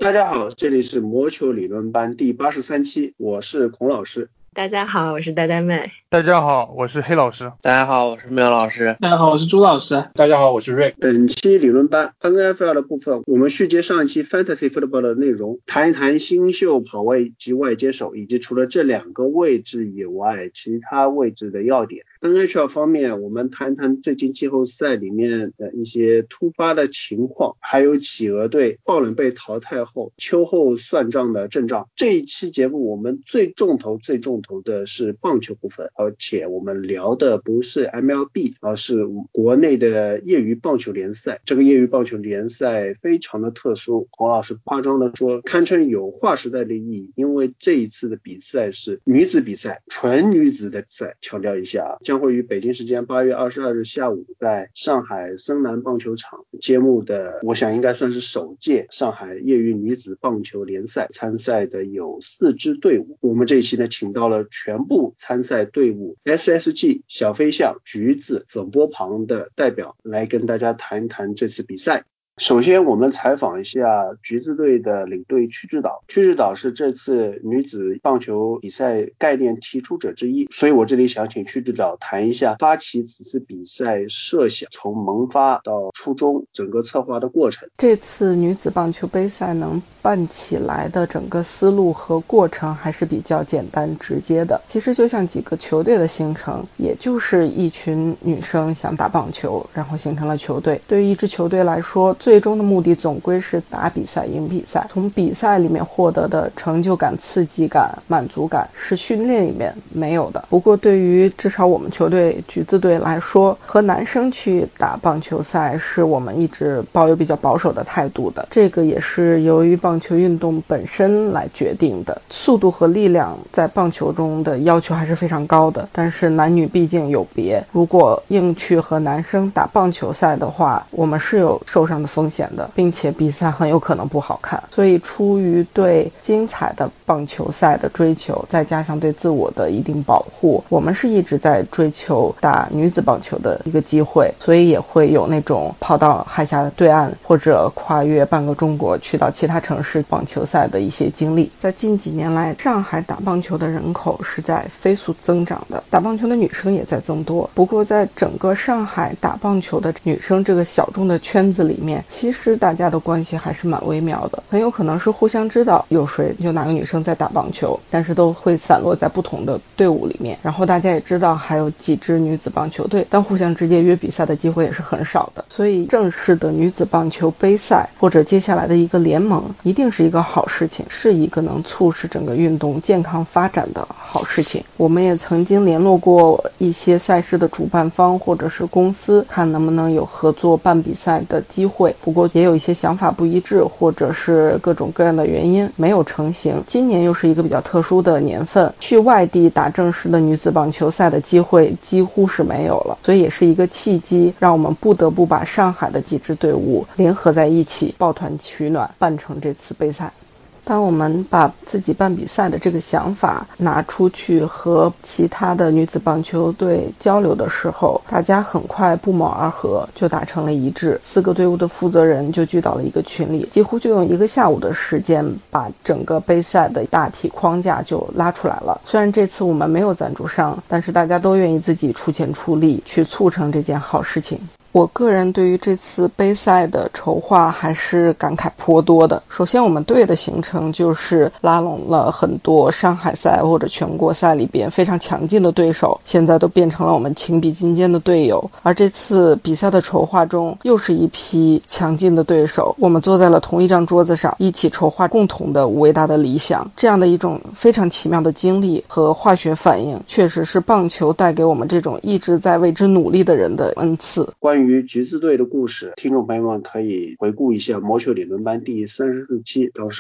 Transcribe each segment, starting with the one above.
大家好，这里是魔球理论班第83期，我是孔老师。 大家好，我是呆呆妹。 大家好，我是黑老师。 大家好，我是苗老师。 大家好，我是朱老师。 大家好，我是瑞。 本期理论班 NFL 的部分，我们续接上一期 Fantasy Football 的内容，谈一谈新秀跑位及外接手，以及除了这两个位置以外，其他位置的要点。NHL 方面，我们谈谈最近季后赛里面的一些突发的情况，还有企鹅队爆冷被淘汰后秋后算账的阵仗。这一期节目我们最重头的是棒球部分，而且我们聊的不是 MLB， 而是国内的业余棒球联赛。这个业余棒球联赛非常的特殊，孔老师夸张的说堪称有划时代的意义，因为这一次的比赛是女子比赛，纯女子的比赛，强调一下，将会于北京时间8月22日下午在上海森南棒球场揭幕的，我想应该算是首届上海业余女子棒球联赛。参赛的有4支队伍，我们这一期呢请到了全部参赛队伍 SSG 小飞象、橘子、粉波旁的代表来跟大家谈一谈这次比赛。首先我们采访一下橘子队的领队曲志岛。曲志岛是这次女子棒球比赛概念提出者之一，所以我这里想请曲志岛谈一下发起此次比赛设想，从萌发到初衷整个策划的过程。 这次女子棒球杯赛能办起来的整个思路和过程还是比较简单直接的，其实就像几个球队的形成，也就是一群女生想打棒球，然后形成了球队。对于一支球队来说，最终的目的总归是打比赛赢比赛，从比赛里面获得的成就感、刺激感、满足感是训练里面没有的。不过对于至少我们球队橘子队来说，和男生去打棒球赛是我们一直抱有比较保守的态度的，这个也是由于棒球运动本身来决定的。速度和力量在棒球中的要求还是非常高的，但是男女毕竟有别，如果硬去和男生打棒球赛的话，我们是有受伤的风险的，并且比赛很有可能不好看。所以出于对精彩的棒球赛的追求，再加上对自我的一定保护，我们是一直在追求打女子棒球的一个机会，所以也会有那种跑到海峡对岸或者跨越半个中国去到其他城市棒球赛的一些经历。在近几年来，上海打棒球的人口是在飞速增长的，打棒球的女生也在增多。不过在整个上海打棒球的女生这个小众的圈子里面，其实大家的关系还是蛮微妙的，很有可能是互相知道有谁有哪个女生在打棒球，但是都会散落在不同的队伍里面。然后大家也知道还有几支女子棒球队，但互相直接约比赛的机会也是很少的。所以正式的女子棒球杯赛或者接下来的一个联盟一定是一个好事情，是一个能促使整个运动健康发展的好事情。我们也曾经联络过一些赛事的主办方或者是公司，看能不能有合作办比赛的机会，不过也有一些想法不一致，或者是各种各样的原因没有成型。今年又是一个比较特殊的年份，去外地打正式的女子棒球赛的机会几乎是没有了，所以也是一个契机，让我们不得不把上海的几支队伍联合在一起，抱团取暖，办成这次杯赛。当我们把自己办比赛的这个想法拿出去和其他的女子棒球队交流的时候，大家很快不谋而合，就达成了一致。4个队伍的负责人就聚到了一个群里，几乎就用1个下午的时间把整个杯赛的大体框架就拉出来了。虽然这次我们没有赞助商，但是大家都愿意自己出钱出力去促成这件好事情。我个人对于这次杯赛的筹划还是感慨颇多的。首先我们队的形成就是拉拢了很多上海赛或者全国赛里边非常强劲的对手，现在都变成了我们情比金坚的队友。而这次比赛的筹划中又是一批强劲的对手，我们坐在了同一张桌子上，一起筹划共同的伟大的理想。这样的一种非常奇妙的经历和化学反应，确实是棒球带给我们这种一直在为之努力的人的恩赐。 关于橘子队的故事，听众朋友们可以回顾一下魔球理论班第34期，当时我们请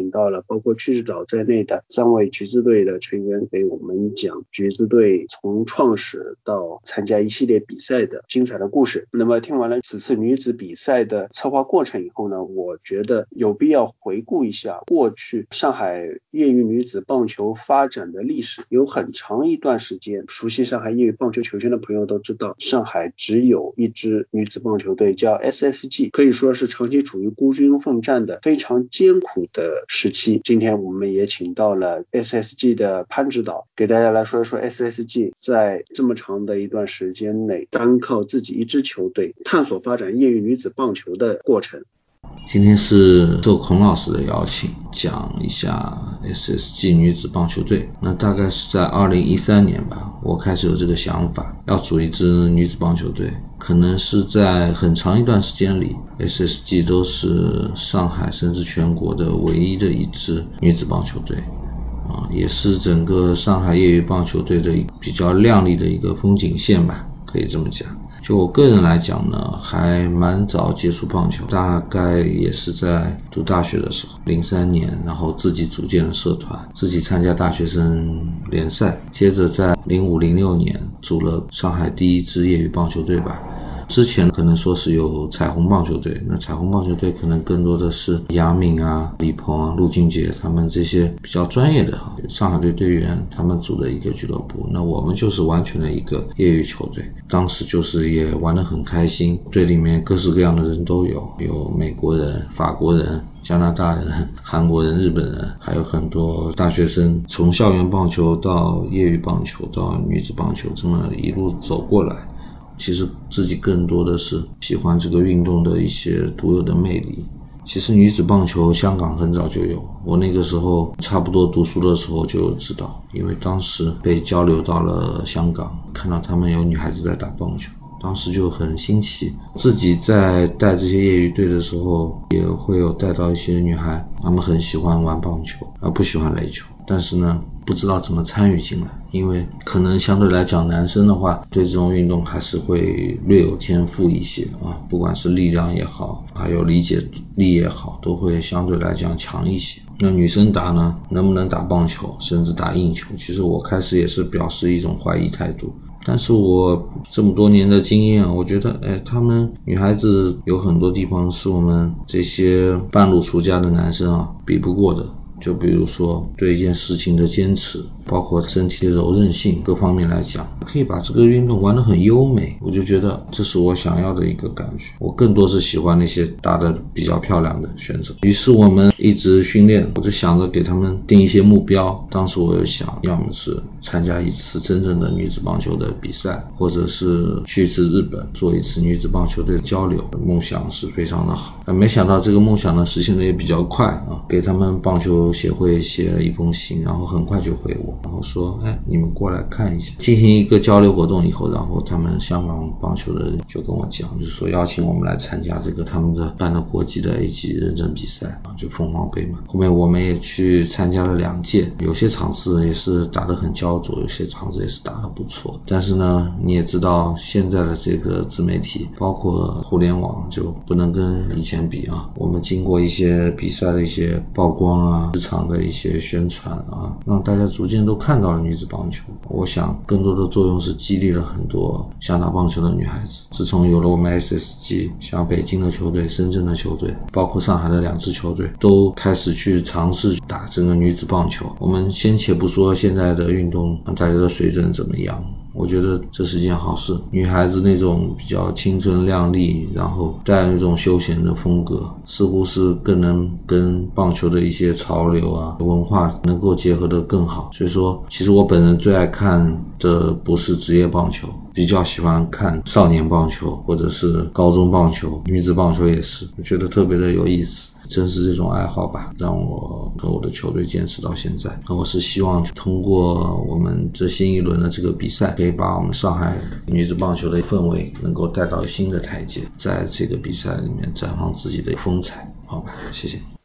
请到了包括曲指导在内的3位橘子队的成员，给我们讲橘子队从创始到参加一系列比赛的精彩的故事。那么听完了此次女子比赛的策划过程以后呢，我觉得有必要回顾一下过去上海业余女子棒球发展的历史。有很长一段时间，熟悉上海业余棒球球圈的朋友都知道，上海只有一支女子棒球队叫 SSG， 可以说是长期处于孤军奋战的非常艰苦的时期。今天我们也请到了 SSG 的潘指导，给大家来说一说 SSG 在这么长的一段时间内单靠自己一支球队探索发展业余女子棒球的过程。 今天是受孔老师的邀请，讲一下 SSG 女子棒球队。那大概是在2013年吧，我开始有这个想法，要组一支女子棒球队。可能是在很长一段时间里， SSG 都是上海甚至全国的唯一的一支女子棒球队，也是整个上海业余棒球队的比较亮丽的一个风景线吧，可以这么讲。就我个人来讲呢，还蛮早接触棒球，大概也是在读大学的时候，03年，然后自己组建了社团，自己参加大学生联赛，接着在05、06年组了上海第一支业余棒球队吧。之前可能说是有彩虹棒球队，那彩虹棒球队可能更多的是杨敏啊、李鹏啊、陆俊杰他们这些比较专业的上海队队员他们组的一个俱乐部。那我们就是完全的一个业余球队，当时就是也玩得很开心，队里面各式各样的人都有，有美国人、法国人、加拿大人、韩国人、日本人，还有很多大学生，从校园棒球到业余棒球到女子棒球，这么一路走过来。其实自己更多的是喜欢这个运动的一些独有的魅力。其实女子棒球香港很早就有，我那个时候差不多读书的时候就知道，因为当时被交流到了香港，看到他们有女孩子在打棒球，当时就很新奇。自己在带这些业余队的时候，也会有带到一些女孩，她们很喜欢玩棒球，而不喜欢垒球，但是呢不知道怎么参与进来，因为可能相对来讲男生的话对这种运动还是会略有天赋一些不管是力量也好，还有理解力也好，都会相对来讲强一些。那女生打呢，能不能打棒球甚至打硬球，其实我开始也是表示一种怀疑态度。但是我这么多年的经验，我觉得她们女孩子有很多地方是我们这些半路出家的男生比不过的。就比如说对一件事情的坚持，包括身体的柔韧性，各方面来讲可以把这个运动玩得很优美，我就觉得这是我想要的一个感觉。我更多是喜欢那些打得比较漂亮的选手，于是我们一直训练，我就想着给他们定一些目标。当时我就想，要么是参加一次真正的女子棒球的比赛，或者是去一次日本做一次女子棒球队的交流，梦想是非常的好。没想到这个梦想呢实现的也比较快给他们棒球协会写了一封信，然后很快就回我，然后说你们过来看一下。进行一个交流活动以后，然后他们香港棒球的人就跟我讲，就是说邀请我们来参加这个他们的办的国际的 A 级认证比赛就凤凰杯嘛。后面我们也去参加了2届，有些场次也是打得很焦灼，有些场次也是打得不错。但是呢你也知道现在的这个自媒体包括互联网就不能跟以前比我们经过一些比赛的一些曝光市场的一些宣传让大家逐渐都看到了女子棒球。我想更多的作用是激励了很多想打棒球的女孩子。自从有了我们 SSG， 像北京的球队、深圳的球队，包括上海的2支球队都开始去尝试打这个女子棒球。我们先且不说现在的运动大家的水准怎么样，我觉得这是件好事。女孩子那种比较青春靓丽，然后带那种休闲的风格，似乎是更能跟棒球的一些潮流文化能够结合得更好。所以说其实我本人最爱看的不是职业棒球，比较喜欢看少年棒球或者是高中棒球，女子棒球也是，我觉得特别的有意思。正是这种爱好吧，让我跟我的球队坚持到现在。那我是希望通过我们这新一轮的这个比赛，可以把我们上海女子棒球的氛围能够带到新的台阶，在这个比赛里面绽放自己的风采。好吧，谢谢。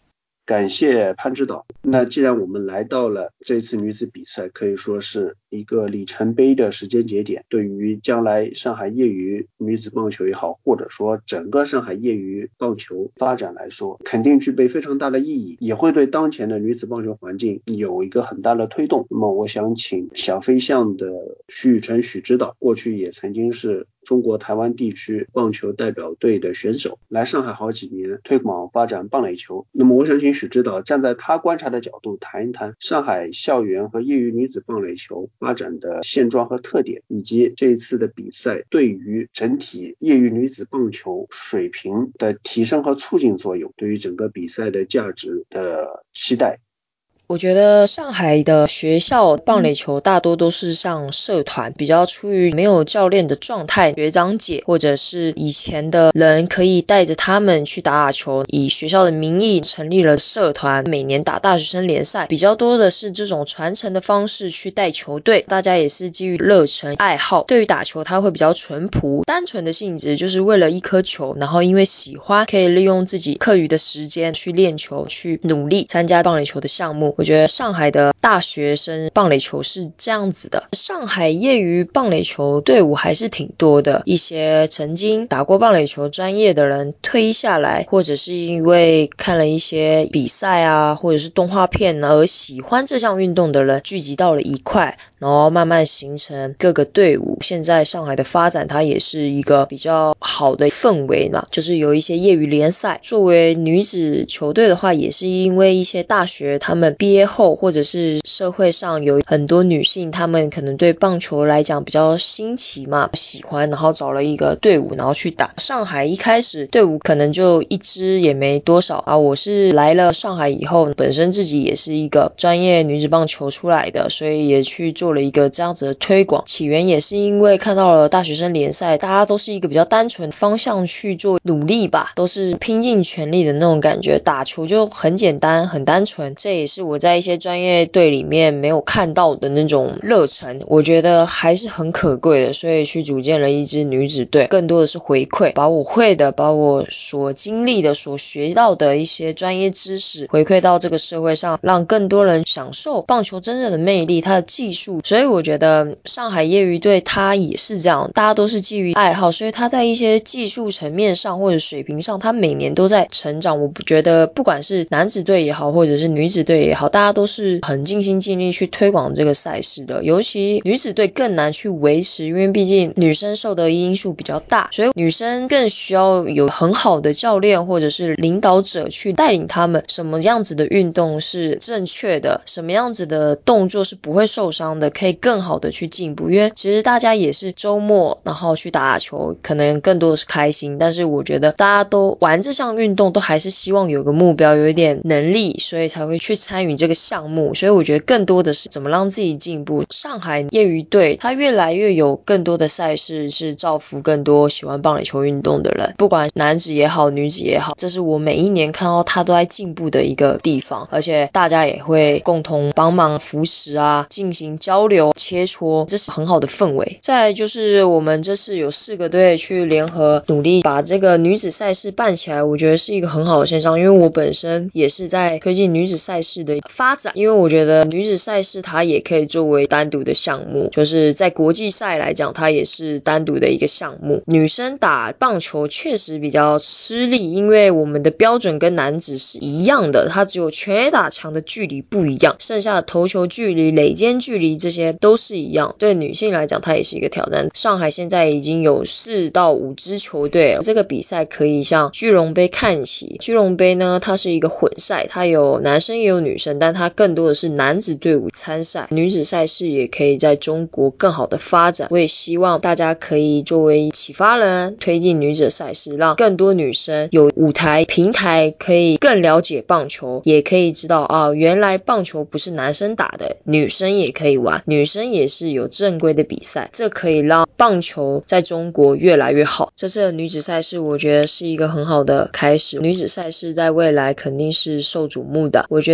感谢潘指导。那既然我们来到了这次女子比赛，可以说是一个里程碑的时间节点，对于将来上海业余女子棒球也好，或者说整个上海业余棒球发展来说，肯定具备非常大的意义，也会对当前的女子棒球环境有一个很大的推动。那么我想请小飞象的徐宇辰许指导，过去也曾经是中国台湾地区棒球代表队的选手，来上海好几年推广发展棒垒球。那么我想请许指导站在他观察的角度谈一谈上海校园和业余女子棒垒球发展的现状和特点，以及这一次的比赛对于整体业余女子棒球水平的提升和促进作用，对于整个比赛的价值的期待。 我觉得上海的学校棒垒球大多都是像社团，比较处于没有教练的状态，学长姐或者是以前的人可以带着他们去打球，以学校的名义成立了社团，每年打大学生联赛，比较多的是这种传承的方式去带球队，大家也是基于热忱爱好，对于打球它会比较淳朴单纯的性质，就是为了一颗球，然后因为喜欢可以利用自己课余的时间去练球，去努力参加棒垒球的项目。我觉得上海的大学生棒垒球是这样子的，上海业余棒垒球队伍还是挺多的，一些曾经打过棒垒球专业的人退下来，或者是因为看了一些比赛啊，或者是动画片而喜欢这项运动的人聚集到了一块，然后慢慢形成各个队伍。现在上海的发展它也是一个比较好的氛围嘛，就是有一些业余联赛。作为女子球队的话，也是因为一些大学他们毕业后，或者是社会上有很多女性，她们可能对棒球来讲比较新奇嘛，喜欢，然后找了一个队伍然后去打。上海一开始队伍可能就一支也没多少啊，我是来了上海以后，本身自己也是一个专业女子棒球出来的，所以也去做了一个这样子的推广。起源也是因为看到了大学生联赛，大家都是一个比较单纯方向去做努力吧，都是拼尽全力的那种感觉，打球就很简单很单纯，这也是我在一些专业队里面没有看到的那种热忱，我觉得还是很可贵的，所以去组建了一支女子队，更多的是回馈，把我会的，把我所经历的所学到的一些专业知识回馈到这个社会上，让更多人享受棒球真正的魅力，它的技术。所以我觉得上海业余队它也是这样，大家都是基于爱好，所以它在一些技术层面上或者水平上，它每年都在成长。我觉得不管是男子队也好，或者是女子队也好，大家都是很尽心尽力去推广这个赛事的，尤其女子队更难去维持，因为毕竟女生受的因素比较大，所以女生更需要有很好的教练或者是领导者去带领他们，什么样子的运动是正确的，什么样子的动作是不会受伤的，可以更好的去进步。因为其实大家也是周末然后去打球，可能更多的是开心，但是我觉得大家都玩这项运动都还是希望有个目标，有一点能力，所以才会去参与这个项目，所以我觉得更多的是怎么让自己进步。上海业余队它越来越有更多的赛事是造福更多喜欢棒垒球运动的人，不管男子也好女子也好，这是我每一年看到它都在进步的一个地方，而且大家也会共同帮忙扶持啊，进行交流切磋，这是很好的氛围。再来就是我们这次有4个队去联合努力把这个女子赛事办起来，我觉得是一个很好的现象，因为我本身也是在推进女子赛事的发展，因为我觉得女子赛事它也可以作为单独的项目，就是在国际赛来讲它也是单独的一个项目。女生打棒球确实比较吃力，因为我们的标准跟男子是一样的，它只有全垒打墙的距离不一样，剩下的投球距离垒间距离这些都是一样，对女性来讲它也是一个挑战。上海现在已经有4到5支球队了，这个比赛可以向居龙杯看齐。居龙杯呢它是一个混赛，它有男生也有女生，但它更多的是男子队伍参赛，女子赛事也可以在中国更好的发展。我也希望大家可以作为启发人，推进女子赛事，让更多女生有舞台平台可以更了解棒球，也可以知道啊，原来棒球不是男生打的，女生也可以玩，女生也是有正规的比赛，这可以让棒球在中国越来越好。这次的女子赛事我觉得是一个很好的开始，女子赛事在未来肯定是受瞩目的。我觉得首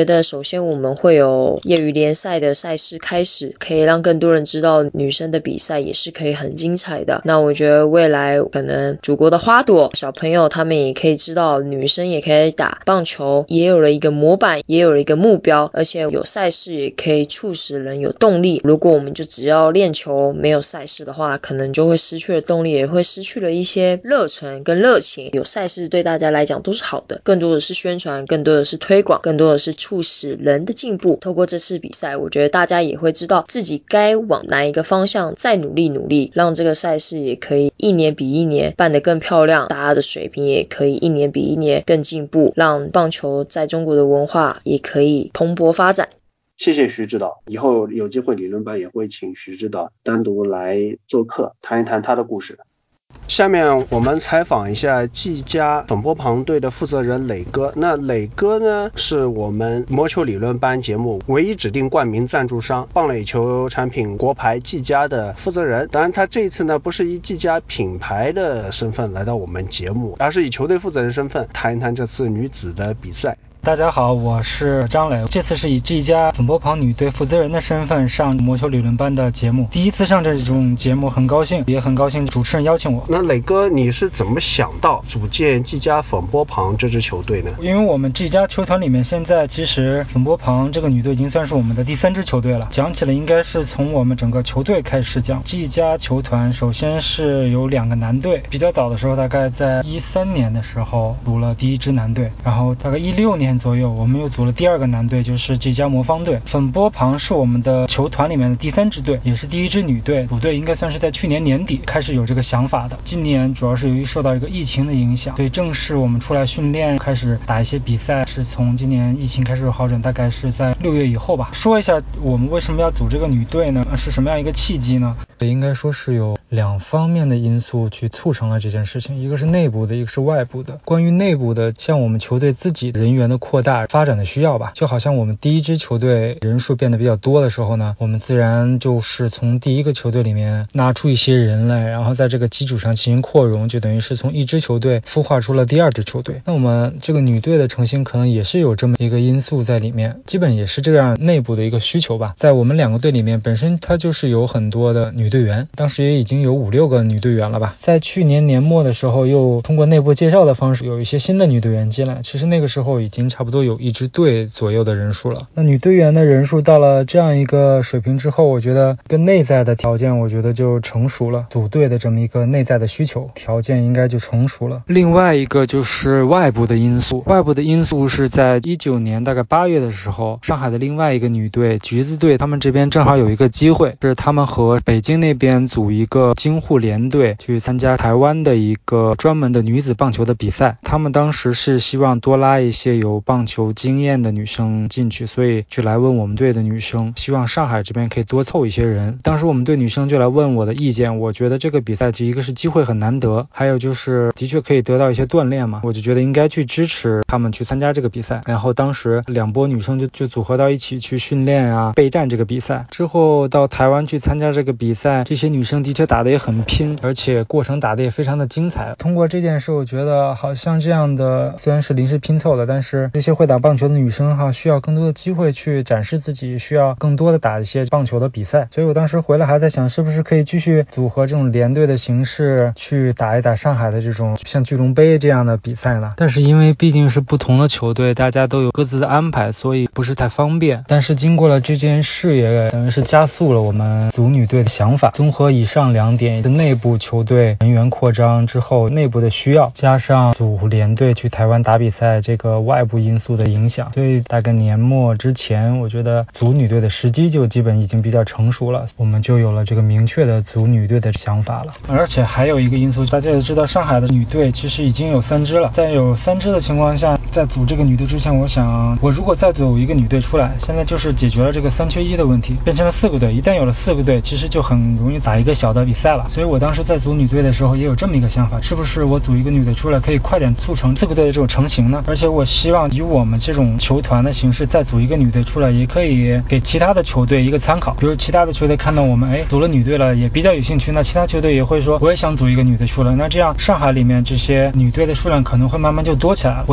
先我们会有业余联赛的赛事开始，可以让更多人知道女生的比赛也是可以很精彩的。那我觉得未来可能祖国的花朵小朋友他们也可以知道女生也可以打棒球，也有了一个模板，也有了一个目标，而且有赛事也可以促使人有动力。如果我们就只要练球没有赛事的话，可能就会失去了动力，也会失去了一些热忱跟热情。有赛事对大家来讲都是好的，更多的是宣传，更多的是推广，更多的是促使人的进步。透过这次比赛，我觉得大家也会知道自己该往哪一个方向再努力，让这个赛事也可以一年比一年办得更漂亮，大家的水平也可以一年比一年更进步，让棒球在中国的文化也可以蓬勃发展。 谢谢徐指导，以后有机会理论班也会请徐指导单独来做客，谈一谈他的故事。下面我们采访一下技嘉粉波旁队的负责人磊哥。那磊哥呢，是我们魔球理论班节目唯一指定冠名赞助商棒垒球产品国牌技嘉的负责人。当然他这一次呢，不是以技嘉品牌的身份来到我们节目，而是以球队负责人身份谈一谈这次女子的比赛。 大家好，我是张磊，这次是以技嘉粉波旁女队负责人的身份上魔球理论班的节目，第一次上这种节目，很高兴，也很高兴主持人邀请我。 那磊哥，你是怎么想到组建技嘉粉波旁这支球队呢？ 因为我们技嘉球团里面现在其实粉波旁这个女队已经算是我们的第3支球队了，讲起来应该是从我们整个球队开始讲。技嘉球团首先是有2个男队，比较早的时候大概在13年的时候组了第1支男队，然后大概16年左右我们又组了第2个男队，就是技嘉魔方队。粉波旁是我们的球团里面的第3支队，也是第1支女队，组队应该算是在去年年底开始有这个想法的。今年主要是由于受到一个疫情的影响，所以正式我们出来训练开始打一些比赛是从今年疫情开始有好转，大概是在6月以后吧。说一下我们为什么要组这个女队呢？是什么样一个契机呢？应该说是有2方面的因素去促成了这件事情，一个是内部的，一个是外部的。关于内部的，像我们球队自己人员的扩大发展的需要吧，就好像我们第1支球队人数变得比较多的时候呢，我们自然就是从第1个球队里面拿出一些人来，然后在这个基础上进行扩容，就等于是从1支球队孵化出了第2支球队。那我们这个女队的成型可能也是有这么一个因素在里面，基本也是这样内部的一个需求吧。在我们2个队里面本身它就是有很多的女队员，当时也已经有5-6个女队员了吧。在去年年末的时候又通过内部介绍的方式有一些新的女队员进来，其实那个时候已经差不多有1支队左右的人数了。那女队员的人数到了这样一个水平之后，我觉得跟内在的条件我觉得就成熟了，组队的这么一个内在的需求条件应该就成熟了。另外一个就是外部的因素，外部的因素是在19年大概8月的时候，上海的另外一个女队橘子队，他们这边正好有一个机会，是他们和北京那边组一个京沪联队去参加台湾的一个专门的女子棒球的比赛。他们当时是希望多拉一些有棒球经验的女生进去，所以就来问我们队的女生，希望上海这边可以多凑一些人。当时我们队女生就来问我的意见，我觉得这个比赛一个是机会很难得，还有就是的确可以得到一些锻炼嘛，我就觉得应该去支持他们去参加这个比赛。然后当时2波女生就组合到一起去训练啊，备战这个比赛。之后到台湾去参加这个比赛，这些女生的确打得也很拼，而且过程打得也非常的精彩。通过这件事我觉得好像这样的虽然是临时拼凑的，但是这些会打棒球的女生需要更多的机会去展示自己，需要更多的打一些棒球的比赛。所以我当时回来还在想，是不是可以继续组合这种联队的形式去打一打上海的这种像巨龙杯这样的比赛呢？但是因为毕竟是不同的球队，大家都有各自的安排，所以不是太方便。但是经过了这件事，也等于是加速了我们组女队的想法。综合以上2点，内部球队人员扩张之后内部的需要，加上组联队去台湾打比赛这个外部因素的影响，所以大概年末之前我觉得组女队的时机就基本已经比较成熟了，我们就有了这个明确的组女队的想法了。而且还有一个因素，大家也知道上海的女队其实已经有3支了，在有3支的情况下，在组这个女队之前，我想我如果再组一个女队出来，现在就是解决了这个3缺1的问题，变成了4个队，一旦有了4个队，其实就很容易打一个小的比赛了。所以我当时在组女队的时候也有这么一个想法，是不是我组一个女队出来可以快点促成4个队的这种成型呢？而且我希望以我们这种球团的形式再组一个女队出来，也可以给其他的球队一个参考，比如其他的球队看到我们组了女队了也比较有兴趣，那其他球队也会说我也想组一个女队出来，那这样上海里面这些女队的数量可能会慢慢就多起来了。我希望是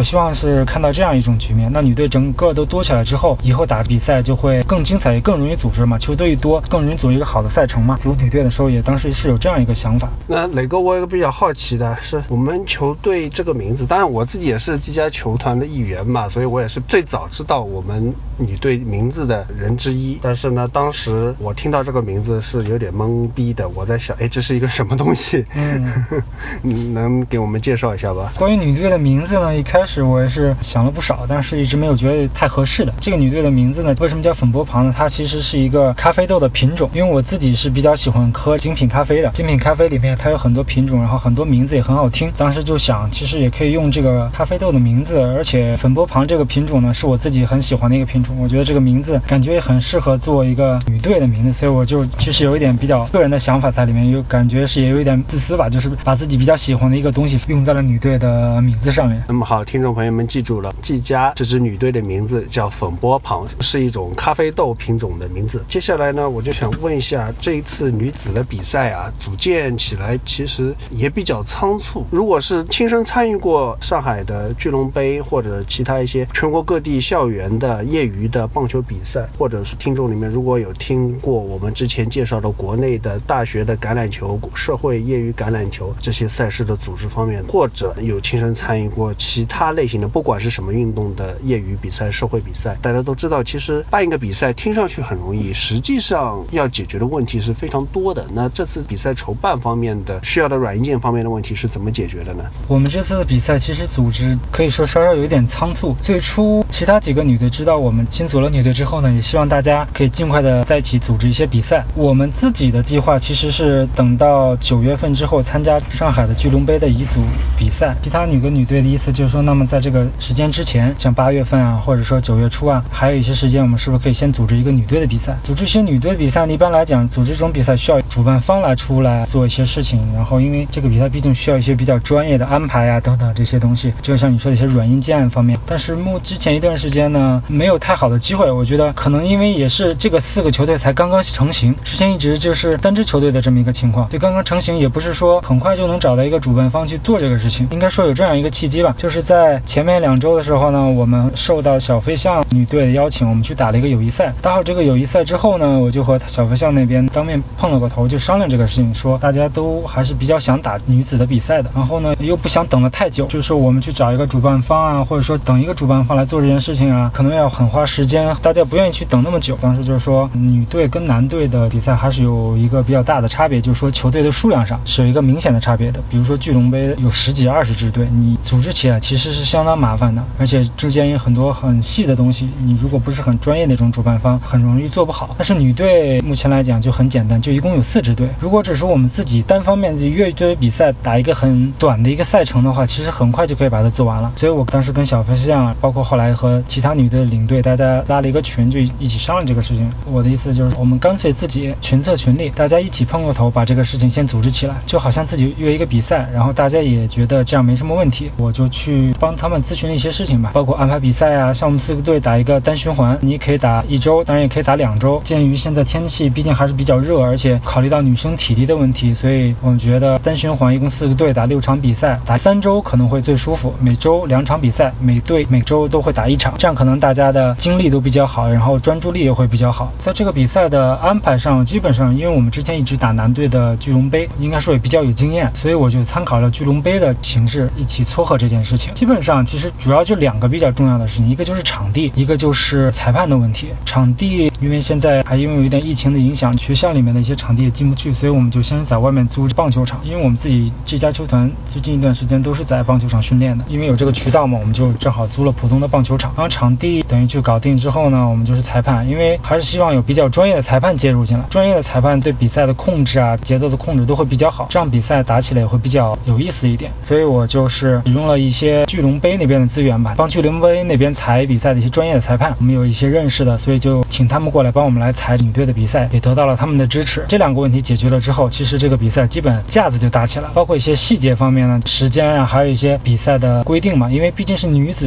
是看到这样一种局面，那女队整个都多起来之后，以后打比赛就会更精彩，也更容易组织嘛，球队一多更容易组一个好的赛程嘛。组女队的时候也当时是有这样一个想法。 那磊哥，我有个比较好奇的是，我们球队这个名字，当然我自己也是技嘉球团的一员嘛，所以我也是最早知道我们女队名字的人之一。但是呢，当时我听到这个名字是有点懵逼的，我在想，这是一个什么东西？能给我们介绍一下吧？ 关于女队的名字呢，一开始我也是想了不少，但是一直没有觉得太合适的。这个女队的名字呢，为什么叫粉波旁呢？它其实是一个咖啡豆的品种，因为我自己是比较喜欢喝精品咖啡的，精品咖啡里面它有很多品种，然后很多名字也很好听。当时就想，其实也可以用这个咖啡豆的名字，而且粉波旁这个品种呢，是我自己很喜欢的一个品种，我觉得这个名字感觉也很适合做一个女队的名字，所以我就其实有一点比较个人的想法在里面，有感觉是也有一点自私吧，就是把自己比较喜欢的一个东西用在了女队的名字上面。 那么好，听众朋友们记住了，技嘉这支女队的名字叫粉波旁，是一种咖啡豆品种的名字。接下来呢，我就想问一下，这一次女子的比赛啊，组建起来其实也比较仓促。如果是亲身参与过上海的巨龙杯或者其他一些全国各地校园的业余的棒球比赛，或者是听众里面如果有听过我们之前介绍的国内的大学的橄榄球、社会业余橄榄球这些赛事的组织方面，或者有亲身参与过其他类型的不管是什么运动的业余比赛、社会比赛，大家都知道其实办一个比赛听上去很容易，实际上要解决的问题是非常多的。那这次比赛筹办方面的需要的软硬件方面的问题是怎么解决的呢？ 我们这次的比赛其实组织可以说稍稍有一点仓促，最初其他几个女队知道我们新组了女队之后呢，也希望大家可以尽快的在一起组织一些比赛。我们自己的计划其实是等到9月份之后参加上海的巨龙杯的乙组比赛，其他女队的意思就是说，那么在这个时间之前，像8月份啊，或者说9月初啊，还有一些时间，我们是不是可以先组织一个女队的比赛？组织一些女队的比赛呢，一般来讲，组织这种比赛需要主办方来出来做一些事情，然后因为这个比赛毕竟需要一些比较专业的安排啊等等这些东西，就像你说的一些软硬件方面。但是之前一段时间呢，没有太好的机会，我觉得可能因为也是这个4个球队才刚刚成型，之前一直就是3支球队的这么一个情况，就刚刚成型，也不是说很快就能找到一个主办方去做这个事情，应该说有这样一个契机吧，就是在前面2周的时候呢，我们受到小飞象女队的邀请，我们去打了一个友谊赛。打好这个友谊赛之后呢，我就和小飞象那边当面碰了个头，就商量这个事情，说大家都还是比较想打女子的比赛的，然后呢又不想等得太久，就是说我们去找一个主办方啊，或者说等一个主办方来做这件事情啊，可能要很花时间，大家不愿意去等那么久。当时就是说女队跟男队的比赛还是有一个比较大的差别，就是说球队的数量上是有一个明显的差别的。比如说巨龙杯有10几20支队，你组织起来其实是相当麻烦的，而且之间有很多很细的东西，你如果不是很专业的那种主办方，很容易做不好。但是女队目前来讲就很简单，就一共有4支队，如果只是我们自己单方面自己乐队比赛打一个很短的一个赛程的话，其实很快就可以把它做完了。所以我当时跟小飞象，包括后来和其他女队的领队，大家拉了一个群，就一起商量这个事情。我的意思就是我们干脆自己群策群力，大家一起碰个头，把这个事情先组织起来，就好像自己约一个比赛，然后大家也觉得这样没什么问题，我就去帮他们咨询了一些事情吧，包括安排比赛啊，像我们4个队打一个单循环，你可以打1周，当然也可以打2周。鉴于现在天气毕竟还是比较热，而且考虑到女生体力的问题，所以我们觉得单循环一共4个队打6场比赛，打3周可能会最舒服，每周2场比赛，每队每周都会打1场，这样可能大家的精力都比较好，然后专注力也会比较好。在这个比赛的安排上，基本上因为我们之前一直打男队的巨龙杯，应该说也比较有经验，所以我就参考了巨龙杯的形式一起撮合这件事情。基本上其实主要就2个比较重要的事情，一个就是场地，一个就是裁判的问题。场地因为现在还因为有一点疫情的影响，学校里面的一些场地也进不去，所以我们就先在外面租棒球场，因为我们自己这家球团最近一段时间都是在棒球场训练的，因为有这个渠道嘛，我们就正好租了浦东的棒球场。然后场地等于就搞定之后呢，我们就是裁判，因为还是希望有比较专业的裁判介入进来，专业的裁判对比赛的控制啊、节奏的控制都会比较好，这样比赛打起来也会比较有意思一点。所以我就是使用了一些巨龙杯那边的资源吧，帮巨龙杯那边裁比赛的一些专业的裁判，我们有一些认识的，所以就请他们过来帮我们来裁女队的比赛，也得到了他们的支持。这2个问题解决了之后，其实这个比赛基本架子就搭起来了，包括一些细节方面呢，时间啊，还有一些比赛的规定嘛，因为毕竟是女子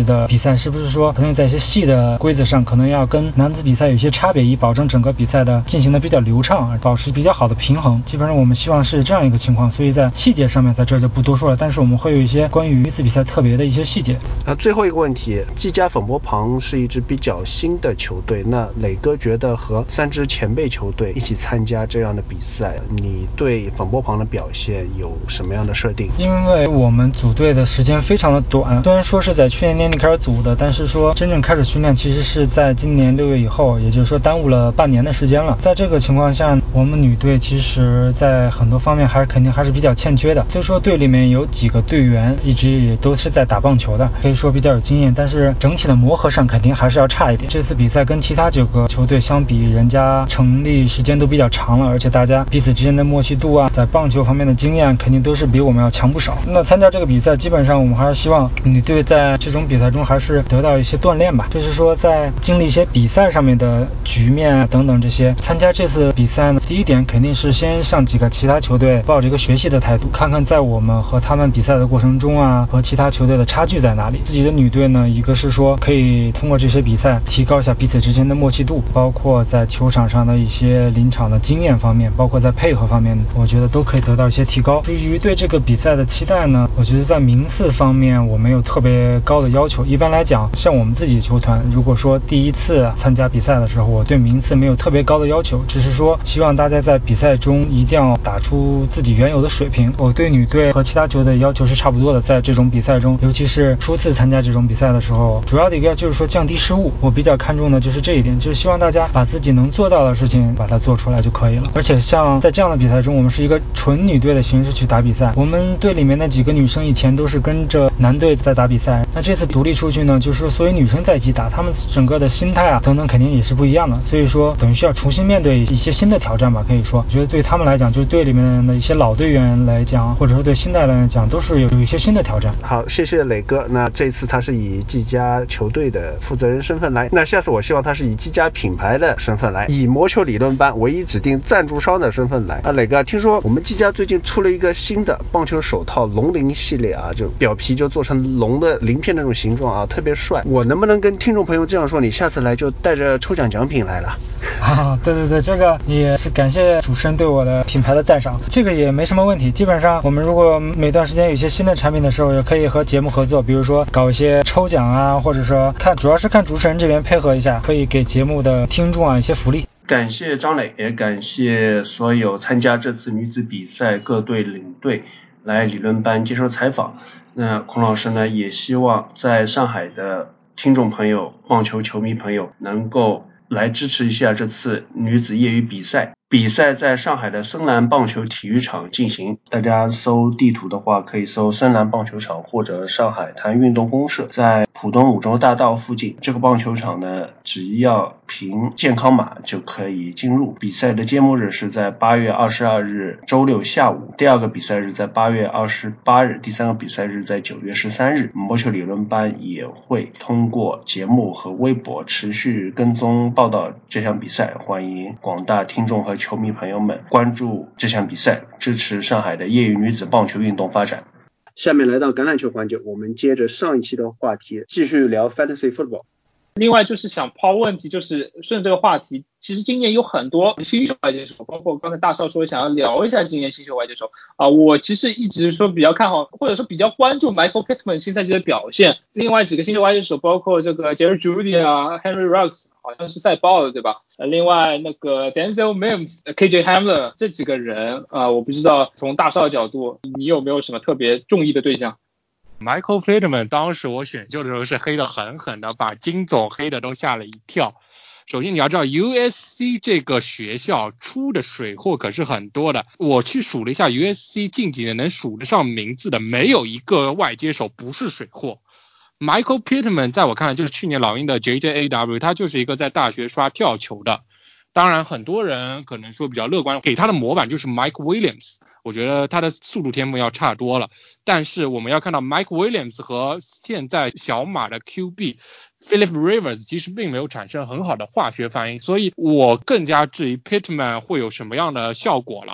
的比赛，是不是说可能在一些细的规则上可能要跟男子比赛有些差别，以保证整个比赛的进行的比较流畅，保持比较好的平衡。基本上我们希望是这样一个情况，所以在细节上面在这就不多说了，但是我们会有一些关于女子比赛特别的一些细节。 最后一个问题，技嘉粉波旁是一支比较新的球队，那磊哥觉得和3支前辈球队一起参加这样的比赛，你对粉波旁的表现有什么样的设定？ 因为我们组队的时间非常的短，虽然说是在去年年底开始组的，但是说真正开始训练其实是在今年6月以后，也就是说耽误了半年的时间了。在这个情况下，我们女队其实在很多方面肯定还是比较欠缺的。虽说队里面有几个队员一直也都是在打棒球的，可以说比较有经验，但是整体的磨合上肯定还是要差一点。这次比赛跟其他9个球队相比，人家成立时间都比较长了，而且大家彼此之间的默契度啊，在棒球方面的经验肯定都是比我们要强不少。那参加这个比赛，基本上我们还是希望女队在这种比赛中还是得到一些锻炼吧，就是说在经历一些比赛上面的局面啊等等这些。参加这次比赛呢，第一点肯定是先向几个其他球队抱着一个学习的态度，看看在我们和他们比赛的过程中啊，和其他球队的差距在哪里。自己的女队呢，一个是说可以通过这些比赛提高一下彼此之间的默契度，包括在球场上的一些临场的经验方面，包括在配合方面，我觉得都可以得到一些提高。至于对这个比赛的期待呢，我觉得在名次方面我没有特别高的要求。一般来讲，像我们自己球团，如果说第一次参加比赛的时候，我对名次没有特别高的要求，只是说希望大家在比赛中一定要打出自己原有的水平。我对女队和其他球队要求是差不多的，在这种比赛中，尤其是初次参加这种比赛的时候，主要的一个就是说降低失误，我比较看重的就是这一点，就是希望大家把自己能做到的事情把它做出来就可以了。而且像在这样的比赛中，我们是一个纯女队的形式去打比赛，我们队里面的几个女生以前都是跟着男队在打比赛，那这次独立出去呢，就是所有女生在一起打，她们整个的心态啊等等肯定也是不一样的，所以说等于需要重新面对一些新的挑战吧。可以说我觉得对他们来讲，就是队里面的一些老队员来讲，或者说对新代来讲，都是有一些新的挑战。 好，谢谢磊哥。那这次他是以技嘉球队的负责人身份来，那下次我希望他是以技嘉品牌的身份来，以魔球理论班唯一指定赞助商的身份来。磊哥，听说我们技嘉最近出了一个新的棒球手套龙鳞系列啊，就表皮就做成龙的鳞片那种形状啊，特别帅。我能不能跟听众朋友这样说，你下次来就带着抽奖奖品来了？ 对，这个也是感谢主持人对我的品牌的赞赏，这个也没什么问题。基本上我们如果每段时间有一些新的产品的时候，也可以和节目合作，比如说搞一些抽奖啊，或者说主要是看主持人这边配合一下，可以给节目的听众啊一些福利。 感谢张磊，也感谢所有参加这次女子比赛各队领队来理论班接受采访。那孔老师呢，也希望在上海的听众朋友、棒球球迷朋友能够来支持一下这次女子业余比赛。比赛在上海的深蓝棒球体育场进行，大家搜地图的话可以搜深蓝棒球场或者上海滩运动公社，在浦东五洲大道附近。这个棒球场呢，只要凭健康码就可以进入。比赛的揭幕日是在8月22日周六下午，第二个比赛日在8月28日，第三个比赛日在9月13日。魔球理论班也会通过节目和微博持续跟踪报道这项比赛，欢迎广大听众和球迷朋友们关注这项比赛，支持上海的业余女子棒球运动发展。下面来到橄榄球环节，我们接着上一期的话题继续聊 Fantasy Football。 另外就是想抛问题，就是顺着这个话题，其实今年有很多新秀外接手，包括刚才大少说想要聊一下今年新秀外接手啊，我其实一直说比较看好，或者说比较关注 Michael Pittman 新赛季的表现。另外几个新秀外接手，包括这个 Jerry Jeudy 啊 ，Henry Ruggs 好像是赛爆了，对吧？另外那个 Denzel Mims、KJ Hamler 这几个人我不知道从大少的角度，你有没有什么特别中意的对象 ？Michael Pittman 当时我选秀的时候是黑得狠狠的，把金总黑的都吓了一跳。首先你要知道 USC 这个学校出的水货可是很多的，我去数了一下 USC 近几年能数得上名字的没有一个外接手不是水货。Michael Pittman 在我看来就是去年老鹰的 JJAW， 他就是一个在大学刷跳球的。当然很多人可能说比较乐观，给他的模板就是 Mike Williams， 我觉得他的速度天赋要差多了。但是我们要看到 Mike Williams 和现在小马的 QB Philip Rivers 其实并没有产生很好的化学反应，所以我更加质疑 Pittman 会有什么样的效果了。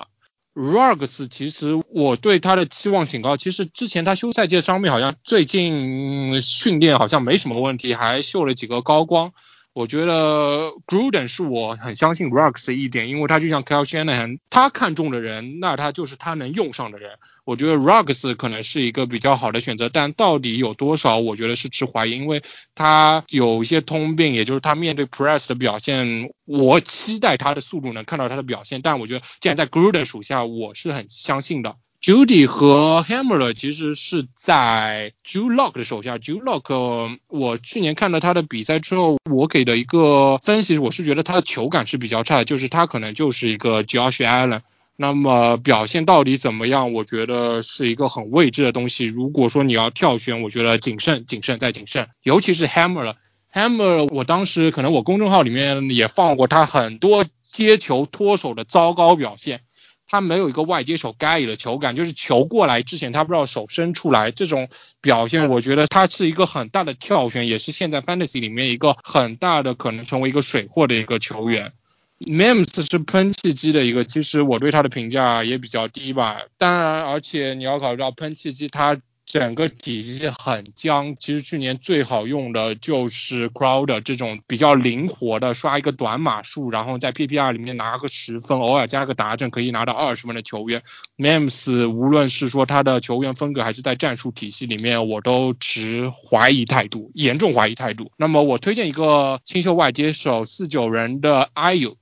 Ruggs 其实我对他的期望挺高，其实之前他休赛季上面好像最近训练好像没什么问题，还秀了几个高光。我觉得 Gruden 是我很相信 Ruggs 一点，因为他就像 Kyle Shanahan， 他看中的人，那他就是他能用上的人。我觉得 Ruggs 可能是一个比较好的选择，但到底有多少，我觉得是持怀疑，因为他有一些通病，也就是他面对 press 的表现，我期待他的速度能看到他的表现，但我觉得既然在 Gruden 属下，我是很相信的。Judy 和 Hamler 其实是在 Drew Lock 的手下。Drew Lock 我去年看了他的比赛之后，我给的一个分析，我是觉得他的球感是比较差的，就是他可能就是一个 Josh Allen。那么表现到底怎么样，我觉得是一个很未知的东西。如果说你要挑选，我觉得谨慎再谨慎，尤其是 Hamler。Hamler 我当时可能我公众号里面也放过他很多接球脱手的糟糕表现，他没有一个外接手该有的球感，就是球过来之前他不知道手伸出来，这种表现我觉得他是一个很大的跳选，也是现在 Fantasy 里面一个很大的可能成为一个水货的一个球员。Mims 是喷气机的一个，其实我对他的评价也比较低吧。当然，而且你要考虑到喷气机他整个体系很僵，其实去年最好用的就是 Crowder 这种比较灵活的刷一个短码数，然后在 PPR 里面拿个10分，偶尔加个达阵可以拿到20分的球员。Mims 无论是说他的球员风格还是在战术体系里面，我都持怀疑态度，严重怀疑态度。那么我推荐一个新秀外接手49人的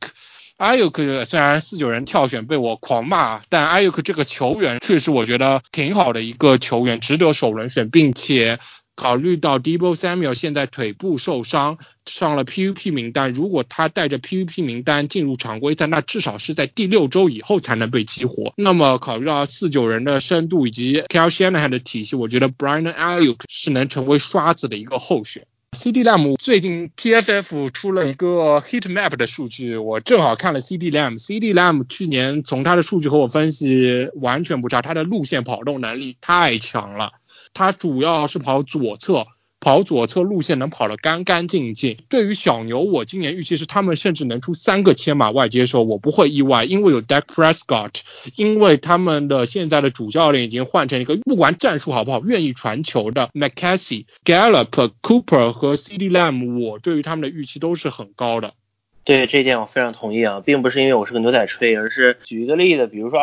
Ayuk。Ayuk 虽然49人跳选被我狂骂，但 Ayuk 这个球员确实我觉得挺好的一个球员，值得首轮选，并且考虑到 Deebo Samuel 现在腿部受伤，上了 PUP 名单，如果他带着 PUP 名单进入常规赛，那至少是在第6周以后才能被激活。那么考虑到49人的深度以及 Kyle Shanahan 的体系，我觉得 Brandon Ayuk 是能成为刷子的一个候选。CD Lamb 最近 PFF 出了一个 heat map 的数据，我正好看了 CD Lamb。CD Lamb 去年从他的数据和我分析完全不差，他的路线跑动能力太强了。他主要是跑左侧路线能跑得干干净净。对于小牛，我今年预期是他们甚至能出3个签码外接手，我不会意外，因为有 Dak Prescott， 因为他们的现在的主教练已经换成一个不管战术好不好愿意传球的 McCaskey、Gallup、Cooper 和 CD Lamb， 我对于他们的预期都是很高的。 对，这一点我非常同意啊，并不是因为我是个牛仔吹，而是举一个例子，比如说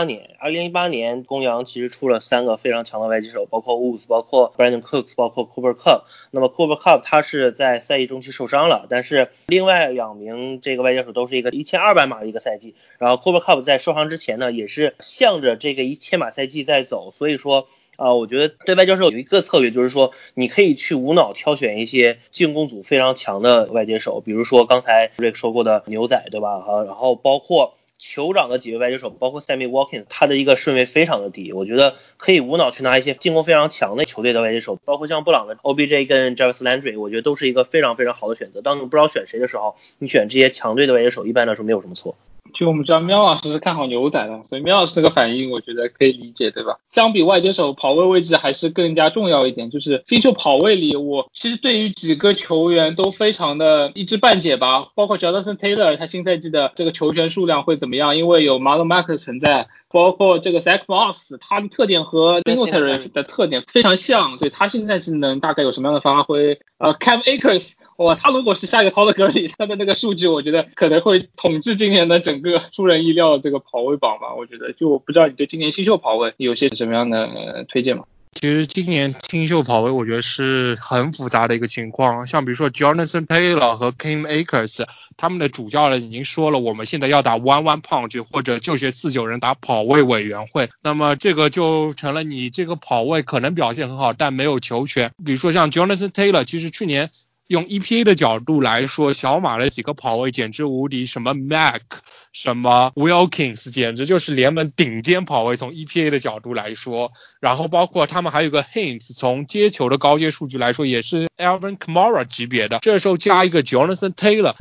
2018年公羊其实出了3个非常强的外接手，包括 Woods， 包括 Brandon Cooks， 包括 Cooper Kupp。那么 Cooper Kupp 他是在赛季中期受伤了，但是另外2名这个外接手都是一个1200码的一个赛季，然后 Cooper Kupp 在受伤之前呢，也是向着这个1000码赛季在走，所以说我觉得对外接手有一个策略，就是说你可以去无脑挑选一些进攻组非常强的外接手，比如说刚才 Rick 说过的牛仔，对吧？然后包括酋长的几位外接手，包括 Sammy Watkins， 他的一个顺位非常的低，我觉得可以无脑去拿一些进攻非常强的球队的外接手，包括像布朗的 OBJ 跟 Jarvis Landry， 我觉得都是一个非常非常好的选择。当你不知道选谁的时候，你选这些强队的外接手一般来说没有什么错。 就我们知道喵老师是看好牛仔的，所以喵老师这个反应我觉得可以理解，对吧？相比外接手，跑位位置还是更加重要一点。就是新秀跑位里，我其实对于几个球员都非常的一知半解吧，包括 Jonathan Taylor 他新赛季的这个球权数量会怎么样，因为有 Marlon Mack 的存在，包括这个 Zach Moss， 他的特点和 Singletary 的特点非常像，对他现在是能大概有什么样的发挥？Cam Akers， 哇，他如果是下一个 Todd Gurley， 他的那个数据我觉得可能会统治今年的整个出人意料的这个跑位榜吧。我觉得就我不知道你对今年新秀跑位有些什么样的推荐吗？ 其实今年新秀跑位我觉得是很复杂的一个情况，像比如说 Jonathan Taylor 和 Cam Akers， 他们的主教练已经说了，我们现在要打 one punch， 或者就学49人打跑位委员会，那么这个就成了你这个跑位可能表现很好，但没有球权。比如说像 Jonathan Taylor， 其实去年用 EPA 的角度来说，小马的几个跑位简直无敌，什么 Mac， 什么 Wilkins， 简直就是联盟顶尖跑位，从 EPA 的角度来说。然后包括他们还有个 Hines， 从接球的高阶数据来说也是 Alvin Kamara 级别的，这时候加一个 Jonathan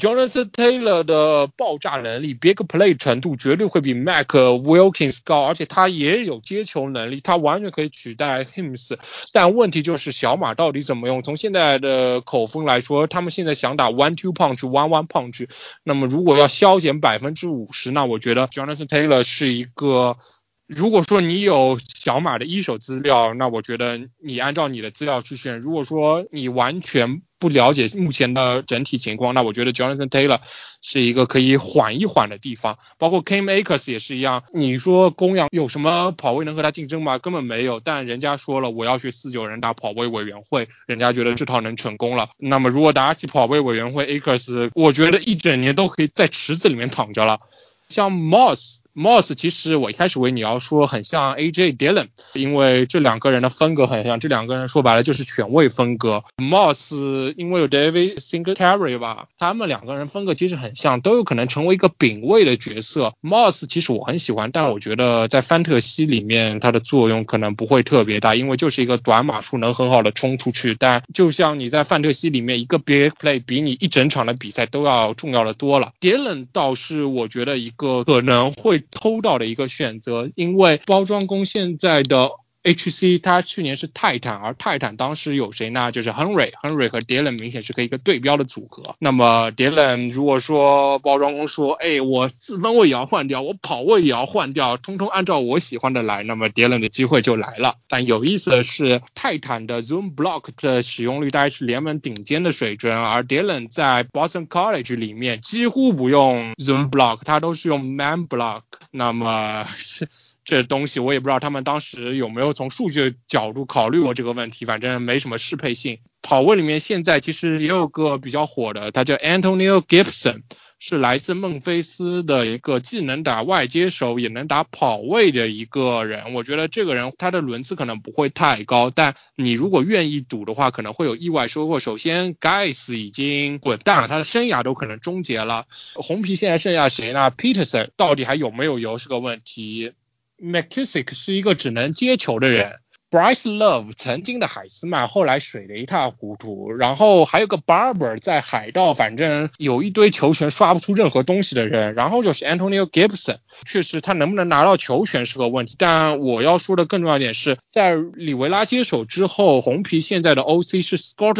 Taylor 的爆炸能力 Big Play 程度绝对会比 Mac Wilkins 高，而且他也有接球能力，他完全可以取代 Hines。 但问题就是小马到底怎么用，从现在的口风来来说，他们现在想打 1-2 punch 1-1 punch， 那么如果要削减 50%， 那我觉得 Jonathan Taylor 是一个，如果说你有小马的一手资料，那我觉得你按照你的资料去选，如果说你完全不了解目前的整体情况，那我觉得 Jonathan Taylor 是一个可以缓一缓的地方。包括 Cam Akers 也是一样，你说公羊有什么跑位能和他竞争吗？根本没有，但人家说了我要去49人打跑位委员会，人家觉得这套能成功了。那么如果打起跑位委员会 Akers 我觉得一整年都可以在池子里面躺着了。像 Moss 其实我一开始以为你要说很像 AJ Dillon， 因为这两个人的风格很像，这两个人说白了就是权位风格。Moss 因为有 David Singletary 吧，他们两个人风格其实很像，都有可能成为一个丙位的角色。Moss 其实我很喜欢，但我觉得在范特西里面他的作用可能不会特别大，因为就是一个短码数能很好的冲出去，但就像你在范特西里面一个 big play 比你一整场的比赛都要重要的多了。Dillon 倒是我觉得一个可能会偷到的一个选择，因为包装工现在的 HC 他去年是泰坦，而泰坦当时有谁呢？就是 Henry 和 Dillon 明显是可以一个对标的组合。那么 Dillon 如果说包装工说我四分位也要换掉，我跑位也要换掉，通通按照我喜欢的来，那么 Dillon 的机会就来了。但有意思的是，泰坦的 Zone Block 的使用率大概是联盟顶尖的水准，而 Dillon 在 Boston College 里面几乎不用 Zone Block， 他都是用 Man Block。那么这东西我也不知道他们当时有没有从数据角度考虑过这个问题，反正没什么适配性。跑位里面现在其实也有个比较火的，他叫 Antonio Gibson， 是来自孟菲斯的一个既能打外接手也能打跑位的一个人。我觉得这个人他的轮次可能不会太高，但你如果愿意赌的话可能会有意外收获。首先 Guys 已经滚蛋了，他的生涯都可能终结了。红皮现在剩下谁呢？ Peterson 到底还有没有油是个问题。McKissick 是一个只能接球的人， Bryce Love 曾经的海斯曼后来水得一塌糊涂，然后还有个 Barber 在海盗反正有一堆球权刷不出任何东西的人，然后就是 Antonio Gibson， 确实他能不能拿到球权是个问题，但我要说的更重要一点是，在里维拉接手之后，红皮现在的 OC 是 Scott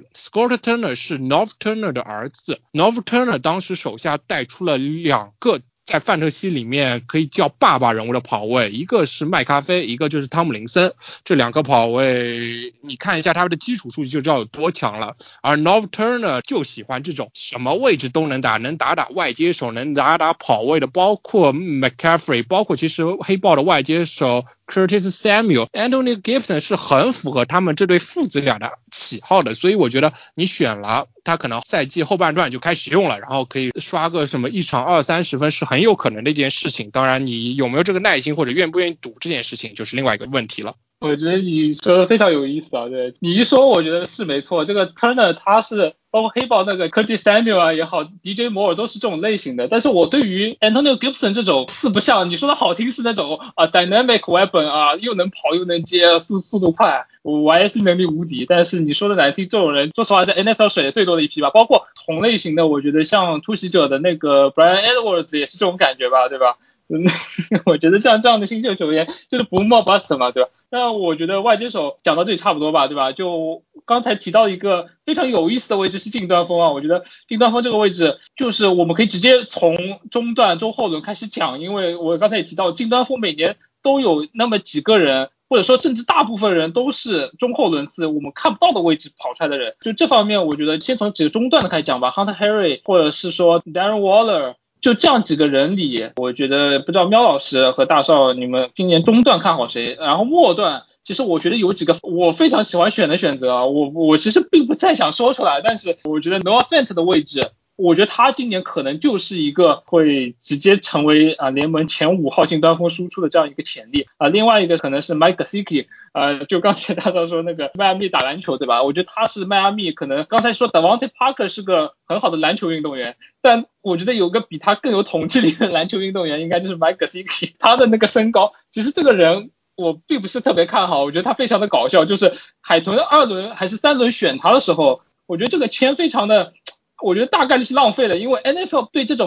Turner 是 Norv Turner 的儿子， Norv Turner 当时手下带出了两个在范特西里面可以叫爸爸人物的跑位，一个是麦咖啡，一个就是汤姆林森。这两个跑位你看一下他们的基础数据就知道有多强了。而 Norv Turner 就喜欢这种什么位置都能打，能打外接手，能打跑位的，包括 McCaffrey， 包括其实黑豹的外接手 Curtis Samuel， Antonio Gibson 是很符合他们这对父子俩的喜好的，所以我觉得你选了他可能赛季后半段就开始用了，然后可以刷个什么一场20-30分是很有可能的一件事情。当然你有没有这个耐心或者愿不愿意赌这件事情就是另外一个问题了。 我觉得你说的非常有意思啊，对你一说我觉得是没错，这个 Turner 他是包括黑豹那个 Curtis Samuel 啊也好 DJ 摩尔都是这种类型的，但是我对于 Antonio Gibson 这种四不像，你说的好听是那种dynamic weapon 啊，又能跑又能接，速度快，YS 能力无敌，但是你说的难听，这种人说实话在 NFL 水的最多的一批吧，包括同类型的我觉得像突袭者的那个 Brian Edwards 也是这种感觉吧，对吧？我觉得像这样的新秀球员就是不冒 bust 嘛，对吧？那我觉得外接手讲到这里差不多吧，对吧？就刚才提到一个非常有意思的位置是近端锋啊，我觉得近端锋这个位置就是我们可以直接从中段中后轮开始讲，因为我刚才也提到近端锋每年都有那么几个人，或者说甚至大部分人都是中后轮次我们看不到的位置跑出来的人，就这方面我觉得先从几个中段的开始讲吧， Hunter Henry 或者是说 Darren Waller，就这样几个人里，我觉得不知道喵老师和大少你们今年中段看好谁？然后末段，其实我觉得有几个我非常喜欢选的选择啊，我其实并不太想说出来，但是我觉得 Noah Fant 的位置，我觉得他今年可能就是一个会直接成为联盟前5号近端锋输出的这样一个潜力啊。另外一个可能是 Mike Gesicki，就刚才大少说那个迈阿密打篮球对吧？我觉得他是迈阿密可能刚才说 Devontae Parker 是个很好的篮球运动员，但我觉得有个比他更有统治力的篮球运动员应该就是 Mike Gesicki， 他的那个身高，其实这个人我并不是特别看好，我觉得他非常的搞笑，就是海豚2轮还是3轮选他的时候，我觉得这个签非常的。我觉得大概率是浪费了，因为 NFL 对这种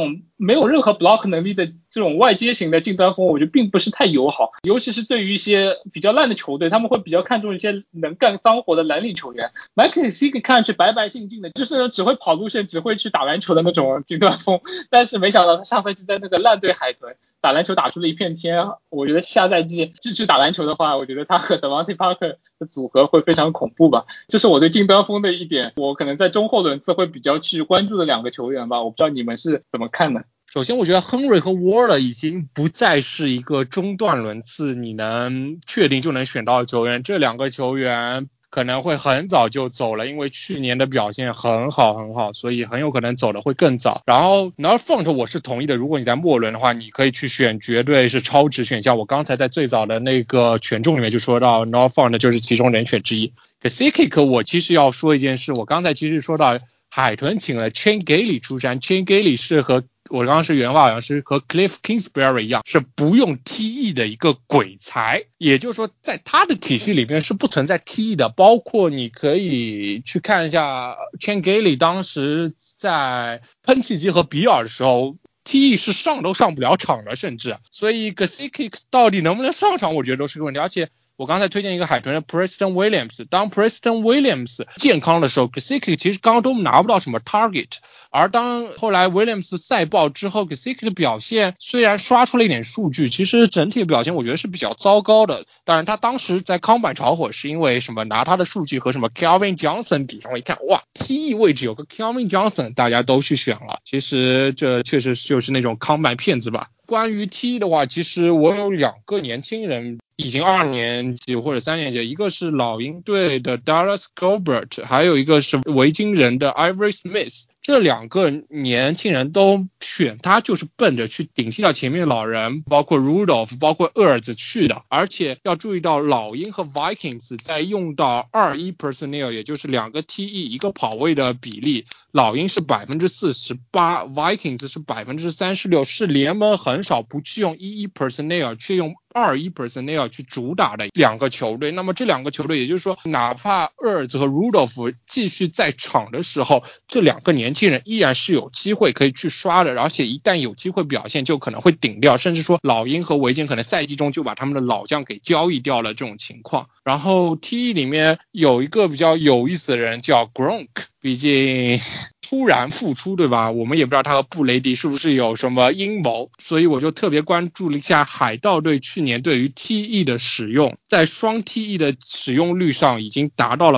没有任何 block 能力的这种外接型的近端锋，我觉得并不是太友好，尤其是对于一些比较烂的球队，他们会比较看重一些能干脏活的蓝领球员。Mike Gesicki 看上去白白净净的，就是只会跑路线，只会去打篮球的那种近端锋，但是没想到他上赛季在那个烂队海豚打篮球打出了一片天。我觉得下赛季继续打篮球的话，我觉得他和 Devontae Parker 的组合会非常恐怖吧。这是我对近端锋的一点，我可能在中后轮次会比较去关注的两个球员吧，我不知道你们是怎么看的。 首先我觉得亨瑞和沃尔已经不再是一个中段轮次你能确定就能选到的球员，这两个球员可能会很早就走了，因为去年的表现很好，所以很有可能走的会更早。然后 Noah Fant 我是同意的，如果你在末轮的话，你可以去选，绝对是超值选项。我刚才在最早的那个权重里面就说到 Noah Fant 就是其中人选之一。Gesicki 我其实要说一件事，我刚才其实说到海豚请了 Chan Gailey 出山， Chan Gailey 是和我刚刚是原话好像是和 Cliff Kingsbury 一样，是不用 TE 的一个鬼才，也就是说在他的体系里面是不存在 TE 的。包括你可以去看一下 Chan Gailey 当时在喷气机和比尔的时候，TE 是上都上不了场的，甚至所以 Gesicki 到底能不能上场我觉得都是个问题。而且我刚才推荐一个海豚的 Preston Williams， 当 Preston Williams 健康的时候 Gesicki 其实刚刚都拿不到什么 target，而当后来 Williams 赛爆之后 Gesicki 的表现虽然刷出了一点数据，其实整体的表现我觉得是比较糟糕的。当然他当时在康板炒火是因为什么，拿他的数据和什么 Calvin Johnson 比上，我一看哇 TE 位置有个 Calvin Johnson 大家都去选了，其实这确实就是那种康板骗子吧。关于 TE 的话，其实我有两个年轻人已经2年级或者3年级，一个是老鹰队的 Dallas Gilbert， 还有一个是维京人的 Ivory Smith。这两个年轻人都选他就是奔着去顶替到前面老人，包括 Rudolph 包括厄尔兹去的。而且要注意到老鹰和 Vikings 在用到2-1 personnel， 也就是2个 TE 一个跑位的比例，老鹰是 48%， Vikings 是 36%， 是联盟很少不去用1-1 personnel 却用2-1 personnel 去主打的两个球队。那么这两个球队也就是说哪怕厄尔兹和 Rudolph 继续在场的时候，这两个年轻人依然是有机会可以去刷的，而且一旦有机会表现就可能会顶掉，甚至说老鹰和维京可能赛季中就把他们的老将给交易掉了这种情况。然后 TE 里面有一个比较有意思的人叫 Gronk， 毕竟突然复出对吧，我们也不知道他和布雷迪是不是有什么阴谋，所以我就特别关注了一下海盗队去年对于 TE 的使用，在双 TE 的使用率上已经达到了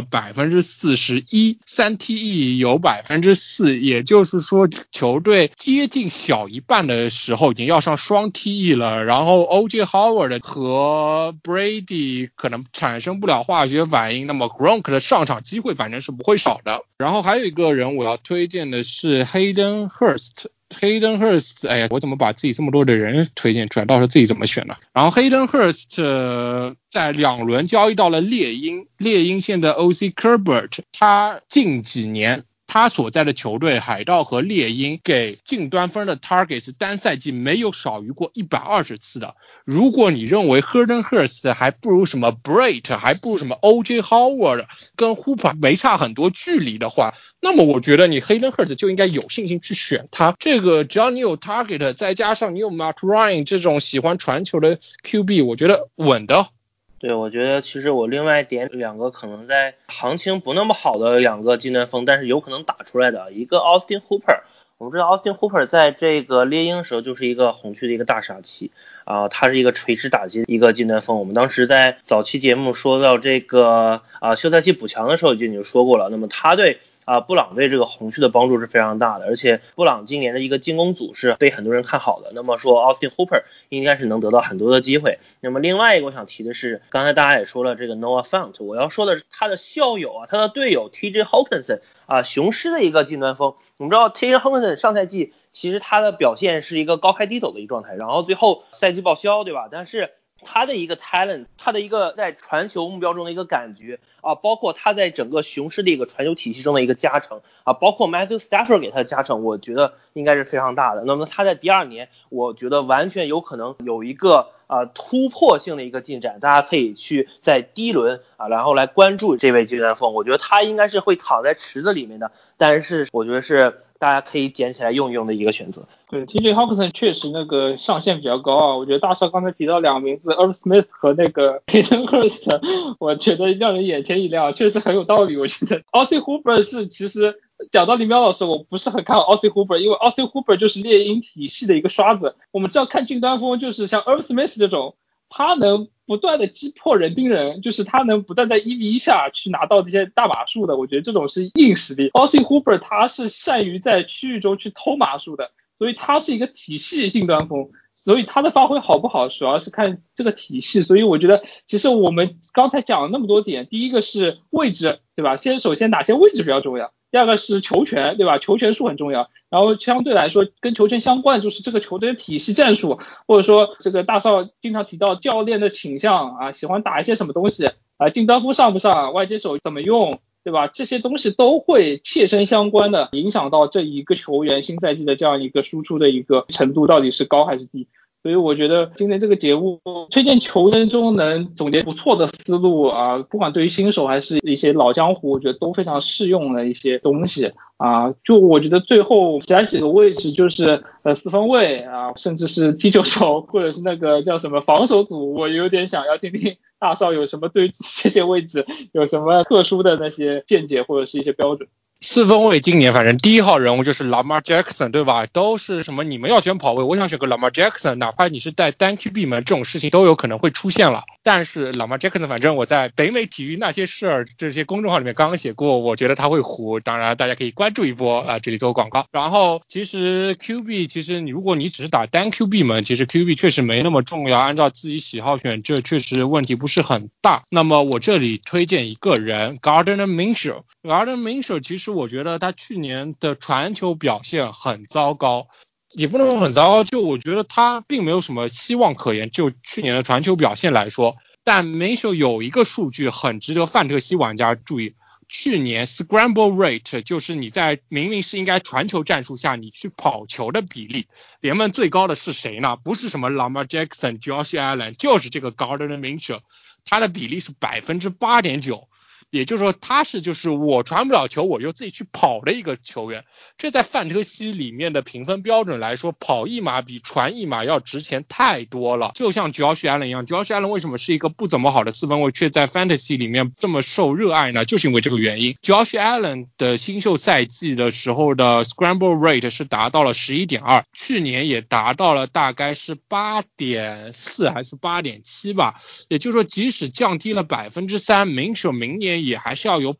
41%， 3 TE 有 4%， 也就是说球队接近小一半的时候已经要上双 TE 了。然后 OJ Howard 和 Brady 可能产生不了化学反应，那么 Gronk 的上场机会反正是不会少的。然后还有一个人我要推荐的是 Hayden Hurst， 哎呀，我怎么把自己这么多的人推荐出来，到时候自己怎么选呢？然后 Hayden Hurst 在2轮交易到了猎鹰现在 OC Herbert， 他近几年他所在的球队海盗和猎鹰给近端分的 targets 单赛季没有少于过120次的。如果你认为 Hayden Hurst 还不如什么 Brate， 还不如什么 OJ Howard， 跟 Hooper 没差很多距离的话，那么我觉得你 Hayden Hurst 就应该有信心去选他。这个只要你有 target， 再加上你有 Matt Ryan 这种喜欢传球的 QB， 我觉得稳的。 对，我觉得其实我另外点两个可能在行情不那么好的两个近端锋，但是有可能打出来的，一个 Austin Hooper。我们知道 Austin Hooper 在这个猎鹰的时候就是一个红区的一个大杀器他是一个垂直打击的一个近端锋。我们当时在早期节目说到这个休赛期补强的时候已经说过了，那么他对布朗对这个红区的帮助是非常大的，而且布朗今年的一个进攻组是被很多人看好的，那么说 Austin Hooper 应该是能得到很多的机会。那么另外一个我想提的是，刚才大家也说了这个 Noah Fant， 我要说的是他的校友他的队友 TJ Hawkinson雄狮的一个近端锋。我们知道 TJ Hawkinson 上赛季其实他的表现是一个高开低走的一个状态，然后最后赛季报销对吧，但是他的一个 talent， 他的一个在传球目标中的一个感觉包括他在整个雄狮的一个传球体系中的一个加成包括 Matthew Stafford 给他的加成，我觉得应该是非常大的。那么他在第2年我觉得完全有可能有一个突破性的一个进展，大家可以去在第1轮然后来关注这位近端锋。我觉得他应该是会躺在池子里面的，但是我觉得是大家可以捡起来用一用的一个选择。 对 ，TJ Hawkinson 确实那个上限比较高啊。我觉得大少刚才提到两个名字 ，Irv Smith 和那个 Hayden Hurst， 我觉得让人眼前一亮，确实很有道理。我觉得 Austin Hooper 是其实讲道理，喵老师我不是很看好 Austin Hooper， 因为 Austin Hooper 就是猎鹰体系的一个刷子。我们知道看近端锋就是像 Irv Smith 这种，他能不断的击破人盯人，就是他能不断在1v1下去拿到这些大码数的，我觉得这种是硬实力。Austin Hooper 他是善于在区域中去偷码数的。所以他是一个体系性端锋，所以他的发挥好不好，主要是看这个体系。所以我觉得，其实我们刚才讲了那么多点，第一个是位置，对吧？首先哪些位置比较重要？第二个是球权，对吧？球权数很重要。然后相对来说，跟球权相关就是这个球队的体系战术，或者说这个大少经常提到教练的倾向啊，喜欢打一些什么东西啊，近端锋上不上，外接手怎么用。对吧？这些东西都会切身相关的影响到这一个球员新赛季的这样一个输出的一个程度到底是高还是低。所以我觉得今天这个节目推荐球员中能总结不错的思路啊，不管对于新手还是一些老江湖，我觉得都非常适用的一些东西啊。就我觉得最后其他几个位置就是四分卫啊，甚至是踢球手或者是那个叫什么防守组，我有点想要听听大少有什么对这些位置有什么特殊的那些见解或者是一些标准。 四分卫今年反正第一号人物就是 Lamar Jackson， 对吧？都是什么你们要选跑位，我想选个 Lamar Jackson， 哪怕你是带单 QB 门，这种事情都有可能会出现了。但是 Lamar Jackson 反正我在北美体育那些事儿这些公众号里面刚刚写过，我觉得他会糊，当然大家可以关注一波啊，这里做广告。然后其实 QB 其实如果你只是打单 QB 门，其实 QB 确实没那么重要，按照自己喜好选，这确实问题不是很大。那么我这里推荐一个人 Gardner Minshew 其实我觉得他去年的传球表现很糟糕，也不能说很糟糕，就我觉得他并没有什么希望可言，就去年的传球表现来说。但 Minshew 有一个数据很值得范特西玩家注意，去年 scramble rate 就是你在明明是应该传球战术下你去跑球的比例，联盟最高的是谁呢？不是什么 Lamar Jackson、Josh Allen， 就是这个 Gardner Minshew， 他的比例是 8.9%。也就是说他是就是我传不了球我就自己去跑的一个球员，这在范特西里面的评分标准来说，跑一码比传一码要值钱太多了。就像 Josh Allen 一样， Josh Allen 为什么是一个不怎么好的四分卫却在 Fantasy 里面这么受热爱呢？就是因为这个原因。 Josh Allen 的新秀赛季的时候的 scramble rate 是达到了 11.2， 去年也达到了大概是 8.4 还是 8.7 吧，也就是说即使降低了 3%， Minshew 明年也还是要有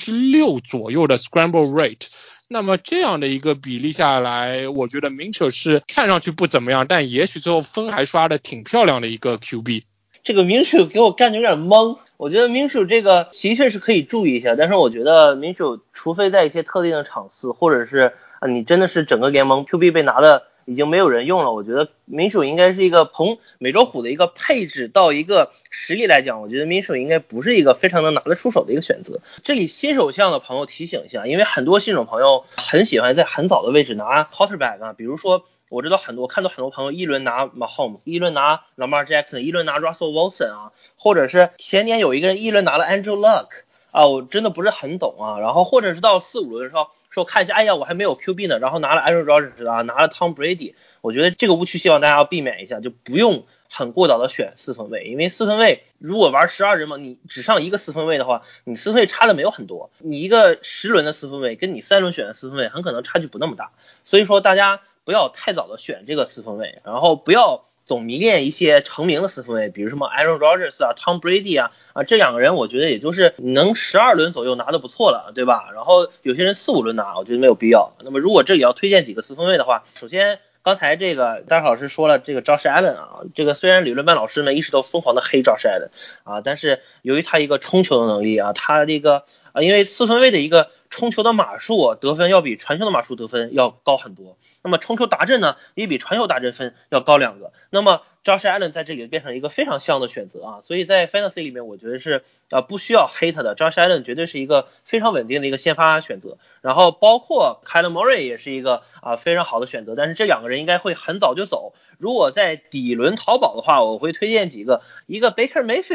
6% 左右的 scramble rate。 那么这样的一个比例下来，我觉得 Minshew 是看上去不怎么样，但也许最后分还刷的挺漂亮的一个 QB。 这个Minshew给我干的有点懵，我觉得Minshew这个的确是可以注意一下，但是我觉得Minshew除非在一些特定的场次，或者是你真的是整个联盟 QB 被拿的已经没有人用了，我觉得Minshew应该是一个从美洲虎的一个配置到一个实力来讲，我觉得Minshew应该不是一个非常能拿得出手的一个选择。这里新手向的朋友提醒一下，因为很多新手朋友很喜欢在很早的位置拿 quarterback 啊，比如说我看到很多朋友一轮拿 Mahomes， 一轮拿 Lamar Jackson， 一轮拿 Russell Wilson 啊，或者是前年有一个人一轮拿了 Andrew Luck 啊，我真的不是很懂啊。然后或者是到4-5轮的时候说看一下，哎呀我还没有 QB 呢，然后拿了 Aaron Rodgers 啊，拿了 Tom Brady， 我觉得这个误区希望大家要避免一下，就不用很过早的选四分卫，因为四分卫如果玩12人嘛，你只上一个四分卫的话，你四分卫差的没有很多，你一个10轮的四分卫跟你3轮选的四分卫很可能差距不那么大，所以说大家不要太早的选这个四分卫，然后不要总迷恋一些成名的四分卫，比如什么 Aaron Rodgers 啊 Tom Brady 啊这两个人我觉得也就是能12轮左右拿的不错了，对吧？然后有些人4-5轮拿我觉得没有必要。那么如果这里要推荐几个四分卫的话，首先刚才这个大老师说了这个 Josh Allen 啊，这个虽然理论班老师们一直都疯狂的黑 Josh Allen 啊，但是由于他一个冲球的能力啊，他这个因为四分卫的一个冲球的码数得分要比传球的码数得分要高很多，那么冲球达阵呢也比传球达阵分要高2个，那么 Josh Allen 在这里变成一个非常像的选择啊，所以在 Fantasy 里面我觉得是不需要黑他的， Josh Allen 绝对是一个非常稳定的一个先发选择，然后包括 Kyler Murray 也是一个非常好的选择，但是这两个人应该会很早就走。如果在底轮淘宝的话，我会推荐几个，一个 Baker Mayfield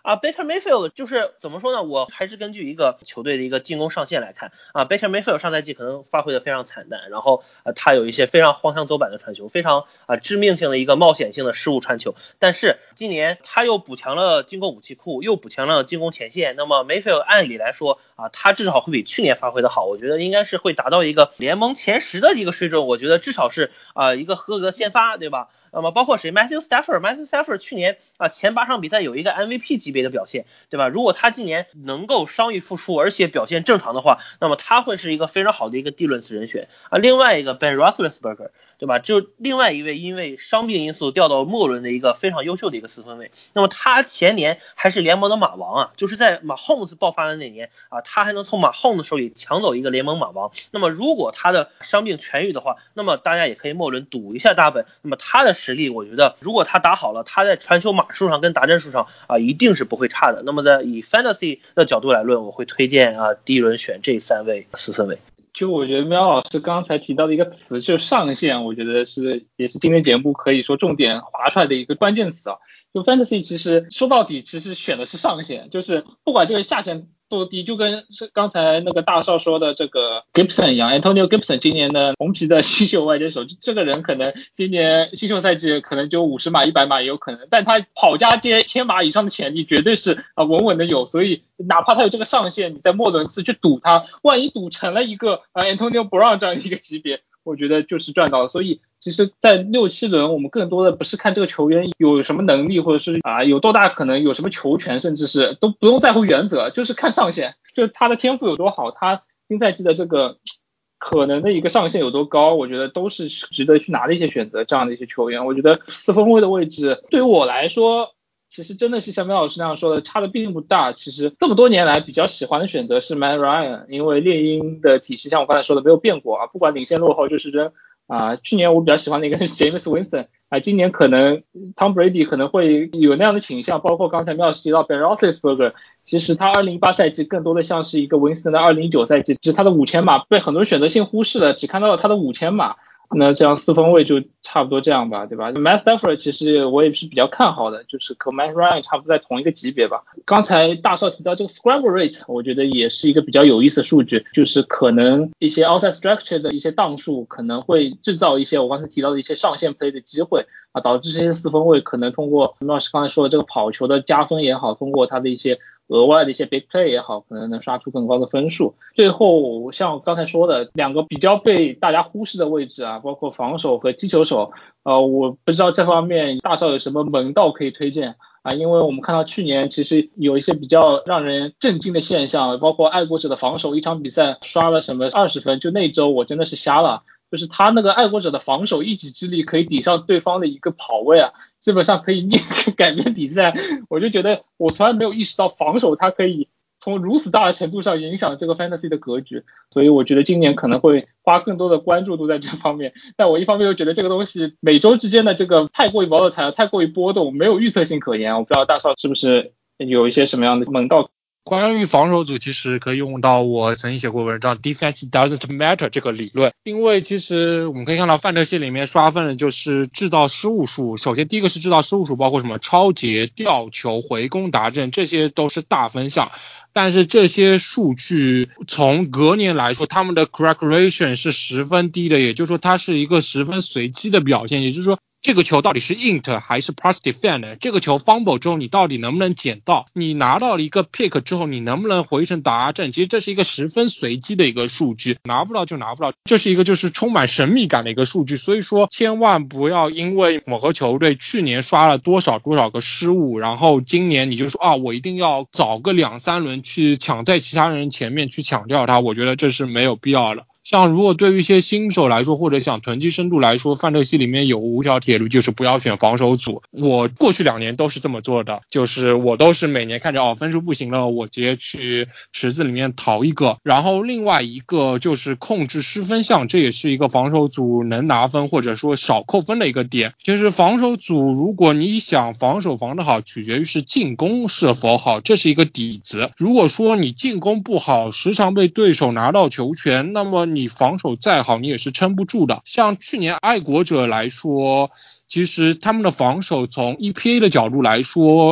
Baker Mayfield 就是怎么说呢？我还是根据一个球队的一个进攻上限来看Baker Mayfield 上赛季可能发挥的非常惨淡，然后他有一些非常荒腔走板的传球，非常致命性的一个冒险性的失误传球。但是今年他又补强了进攻武器库，又补强了进攻前线，那么 Mayfield 按理来说他至少会比去年发挥的好，我觉得应该是会达到一个联盟前10的一个水准，我觉得至少是一个合格的先发，对吧？那么包括谁 Matthew Stafford 去年前8场比赛有一个 MVP 级别的表现，对吧？如果他今年能够伤愈复出，而且表现正常的话，那么他会是一个非常好的一个第轮次人选另外一个 Ben Roethlisberger， 对吧？就另外一位因为伤病因素掉到末轮的一个非常优秀的一个4分卫，那么他前年还是联盟的马王就是在马 Holmes 爆发的那年他还能从马 Holmes 手里抢走一个联盟马王。那么如果他的伤病痊愈的话，那么大家也可以末轮赌一下大本，那么他的实力我觉得如果他打好了，他在传球码数上跟达阵数上一定是不会差的。那么在以 Fantasy 的角度来论，我会推荐第一轮选这3位4分卫。 就我觉得喵老师刚才提到的一个词就是上限，我觉得也是今天节目可以说重点划出来的一个关键词就 Fantasy 其实说到底其实选的是上限，就是不管这个下限多低，就跟刚才那个大少说的这个 Gibson 一样 ，Antonio Gibson 今年的红皮的新秀外接手，这个人可能今年新秀赛季可能就50码100码也有可能，但他跑加接1000码以上的潜力绝对是稳稳的有，所以哪怕他有这个上限，你在末轮次去赌他，万一赌成了一个Antonio Brown 这样的一个级别，我觉得就是赚到了。所以其实在6、7轮我们更多的不是看这个球员有什么能力，或者是有多大可能，有什么球权，甚至是都不用在乎原则，就是看上限，就他的天赋有多好，他新赛季的这个可能的一个上限有多高，我觉得都是值得去拿的一些选择。这样的一些球员，我觉得4分卫的位置对于我来说其实真的是像苗老师那样说的，差的并不大。其实这么多年来比较喜欢的选择是 Matt Ryan， 因为猎鹰的体系像我刚才说的没有变过不管领先落后就是扔去年我比较喜欢的一个是 James Winston今年可能 Tom Brady 可能会有那样的倾向，包括刚才苗老师提到 Ben Roethlisberger， 其实他2018赛季更多的像是一个 Winston 的2019赛季，只是他的5000码被很多人选择性忽视了，只看到了他的5000码。那这样4分卫就差不多这样吧，对吧？ Matt Stafford 其实我也是比较看好的，就是和 Matt Ryan 差不多在同一个级别吧。刚才大少提到这个 Scramble Rate， 我觉得也是一个比较有意思的数据，就是可能一些 outside structure 的一些档数可能会制造一些我刚才提到的一些上线 play 的机会导致这些4分卫可能通过老师刚才说的这个跑球的加分也好，通过他的一些额外的一些 big play 也好，可能能刷出更高的分数。最后像我刚才说的2个比较被大家忽视的位置包括防守和击球手我不知道这方面大少有什么门道可以推荐因为我们看到去年其实有一些比较让人震惊的现象，包括爱国者的防守一场比赛刷了什么20分，就那周我真的是瞎了，就是他那个爱国者的防守一己之力可以抵上对方的一个跑位基本上可以改变比赛。我就觉得我从来没有意识到防守它可以从如此大的程度上影响这个 fantasy 的格局，所以我觉得今年可能会花更多的关注度在这方面。但我一方面又觉得这个东西每周之间的这个太过于volatile，太过于波动，没有预测性可言。我不知道大少是不是有一些什么样的门道。 关于防守组其实可以用到我曾经写过文章 Defense doesn't matter 这个理论，因为其实我们可以看到范特西里面刷分的就是制造失误数，首先第一个是制造失误数，包括什么超节、吊球、回攻达阵，这些都是大分项。但是这些数据从隔年来说，他们的 correct ration 是10分低的，也就是说它是一个10分随机的表现，也就是说这个球到底是 int 还是 pass defend， 这个球 fumble 之后你到底能不能捡到，你拿到了一个 pick 之后你能不能回城达阵，其实这是一个10分随机的一个数据，拿不到就拿不到，这是一个就是充满神秘感的一个数据。所以说千万不要因为某个球队去年刷了多少个失误，然后今年你就说我一定要早个2、3轮去抢在其他人前面去抢掉它，我觉得这是没有必要的。像如果对于一些新手来说，或者想囤积深度来说，范特西里面有5条铁律，就是不要选防守组。我过去2年都是这么做的，就是我都是每年看着分数不行了，我直接去池子里面淘一个。然后另外一个就是控制失分项，这也是一个防守组能拿分或者说少扣分的一个点。就是防守组如果你想防守防得好，取决于是进攻是否好，这是一个底子。如果说你进攻不好，时常被对手拿到球权，那么你防守再好你也是撑不住的。像去年爱国者来说，其实他们的防守从 EPA 的角度来说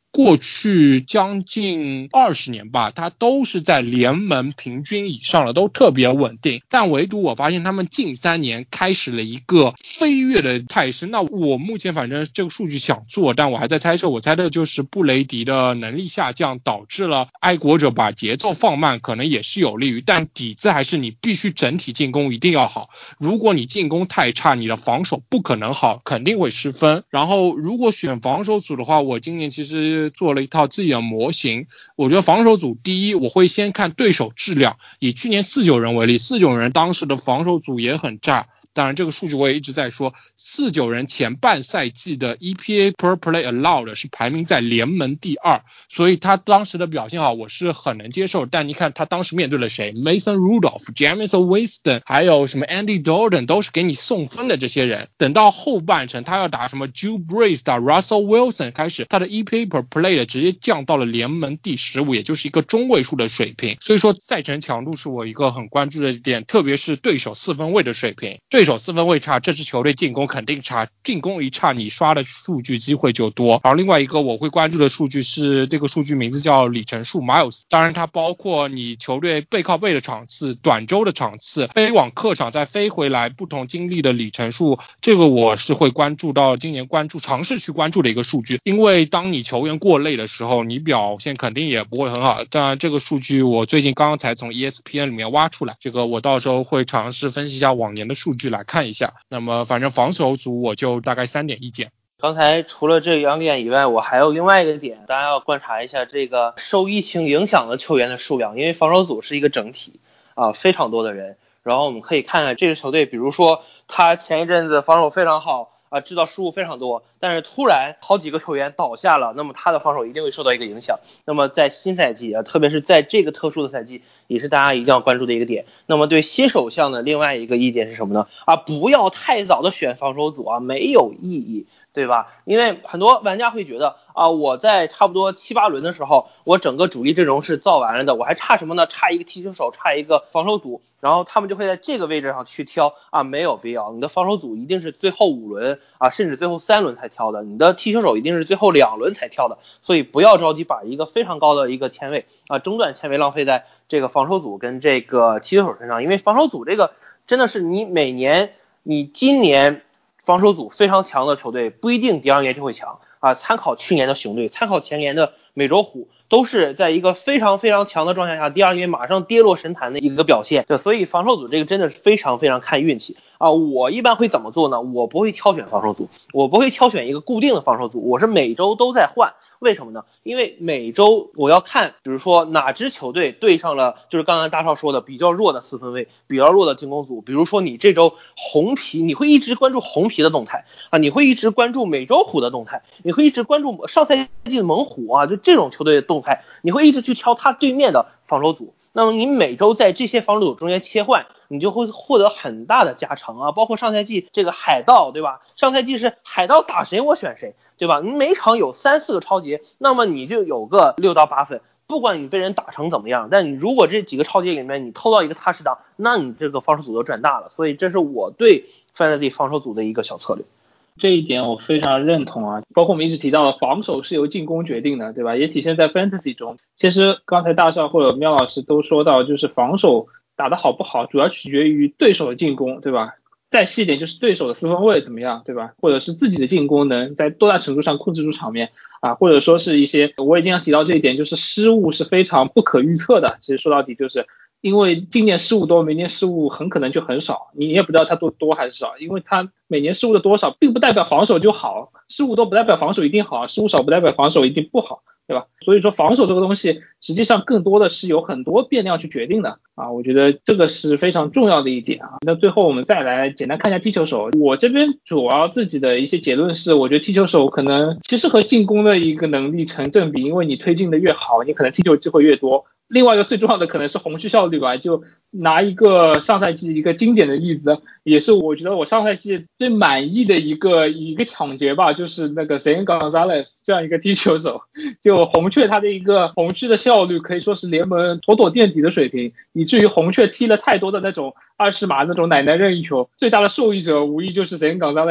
过去将近20年吧，他都是在联盟平均以上的，都特别稳定。但唯独我发现他们近3年开始了一个飞跃的态势。那我目前反正这个数据想做，但我还在猜测，我猜的就是布雷迪的能力下降导致了爱国者把节奏放慢，可能也是有利于，但底子还是你必须整体进攻一定要好。如果你进攻太差，你的防守不可能好，肯定会失分。然后如果选防守组的话，我今年其实做了一套自己的模型。我觉得防守组第一，我会先看对手质量。以去年49人为例，49人当时的防守组也很炸。当然这个数据我也一直在说，49人前半赛季的 EPA per play allowed 是排名在联盟第2，所以他当时的表现好我是很能接受。但你看他当时面对了谁， Mason Rudolph、Jameis Winston 还有什么 Andy Dalton， 都是给你送分的这些人。等到后半程他要打什么 Drew Brees 打 Russell Wilson 开始，他的 EPA per play 的直接降到了联盟第15，也就是一个中位数的水平。所以说赛程强度是我一个很关注的点，特别是对手4分卫的水平。对手4分卫差，这支球队进攻肯定差，进攻一差你刷的数据机会就多。然后另外一个我会关注的数据是，这个数据名字叫里程数 miles， 当然它包括你球队背靠背的场次、短周的场次、飞往客场再飞回来不同经历的里程数，这个我是会关注到今年尝试去关注的一个数据。因为当你球员过累的时候，你表现肯定也不会很好。当然这个数据我最近刚刚才从 ESPN 里面挖出来，这个我到时候会尝试分析一下往年的数据来看一下。那么反正防守组我就大概3点意见。 刚才除了这2点以外，我还有另外一个点，大家要观察一下这个受疫情影响的球员的数量，因为防守组是一个整体非常多的人。然后我们可以看看这个球队，比如说他前一阵子防守非常好制造失误非常多，但是突然好几个球员倒下了，那么他的防守一定会受到一个影响。那么在新赛季特别是在这个特殊的赛季，也是大家一定要关注的一个点。那么对新手项的另外一个意见是什么呢？不要太早的选防守组没有意义，对吧？因为很多玩家会觉得我在差不多7、8轮的时候，我整个主力阵容是造完了的，我还差什么呢？差一个踢球手，差一个防守组，然后他们就会在这个位置上去挑没有必要。你的防守组一定是最后5轮甚至最后3轮才挑的，你的踢球手一定是最后2轮才挑的，所以不要着急把一个非常高的一个签位中段签位浪费在这个防守组跟这个踢球手身上。因为防守组这个真的是你今年防守组非常强的球队不一定第2年就会强参考去年的熊队，参考前年的美洲虎，都是在一个非常非常强的状态下，第2年马上跌落神坛的一个表现。所以防守组这个真的是非常非常看运气我一般会怎么做呢？我不会挑选防守组，我不会挑选一个固定的防守组，我是每周都在换。为什么呢？因为每周我要看，比如说哪支球队对上了，就是刚才大少说的比较弱的4分卫，比较弱的进攻组。比如说你这周红皮，你会一直关注红皮的动态你会一直关注美洲虎的动态，你会一直关注上赛季的猛虎就这种球队的动态，你会一直去挑他对面的防守组。那么你每周在这些防守组中间切换，你就会获得很大的加成包括上赛季这个海盗，对吧？上赛季是海盗打谁我选谁，对吧？你每场有3、4个超节，那么你就有个6到8分，不管你被人打成怎么样，但你如果这几个超节里面你偷到一个踏实档，那你这个防守组就赚大了。所以这是我对 Fantasy 防守组的一个小策略。 这一点我非常认同包括我们一直提到的防守是由进攻决定的，对吧？也体现在 Fantasy 中。其实刚才大少或者喵老师都说到，就是防守打得好不好主要取决于对手的进攻，对吧？再细一点就是对手的4分卫怎么样，对吧？或者是自己的进攻能在多大程度上控制住场面或者说是一些我也经常提到这一点，就是失误是非常不可预测的。其实说到底就是因为今年失误多，明年失误很可能就很少，你也不知道它多还是少，因为它每年失误的多少并不代表防守就好，失误多不代表防守一定好，失误少不代表防守一定不好，对吧？所以说防守这个东西实际上更多的是有很多变量去决定的我觉得这个是非常重要的一点那最后我们再来简单看一下踢球手，我这边主要自己的一些结论是，我觉得踢球手可能其实和进攻的一个能力成正比，因为你推进的越好，你可能踢球机会越多。另外一个最重要的可能是红区效率吧，就拿一个上赛季一个经典的例子，也是我觉得我上赛季最满意的一个抢劫吧，就是那个 Zane Gonzalez 这样一个踢球手，就红雀他的一个红区的效率可以说是联盟妥妥垫底的水平，以至于红雀踢了太多的那种20码那种奶奶任意球，最大的受益者无疑就是 Zane Gonzalez。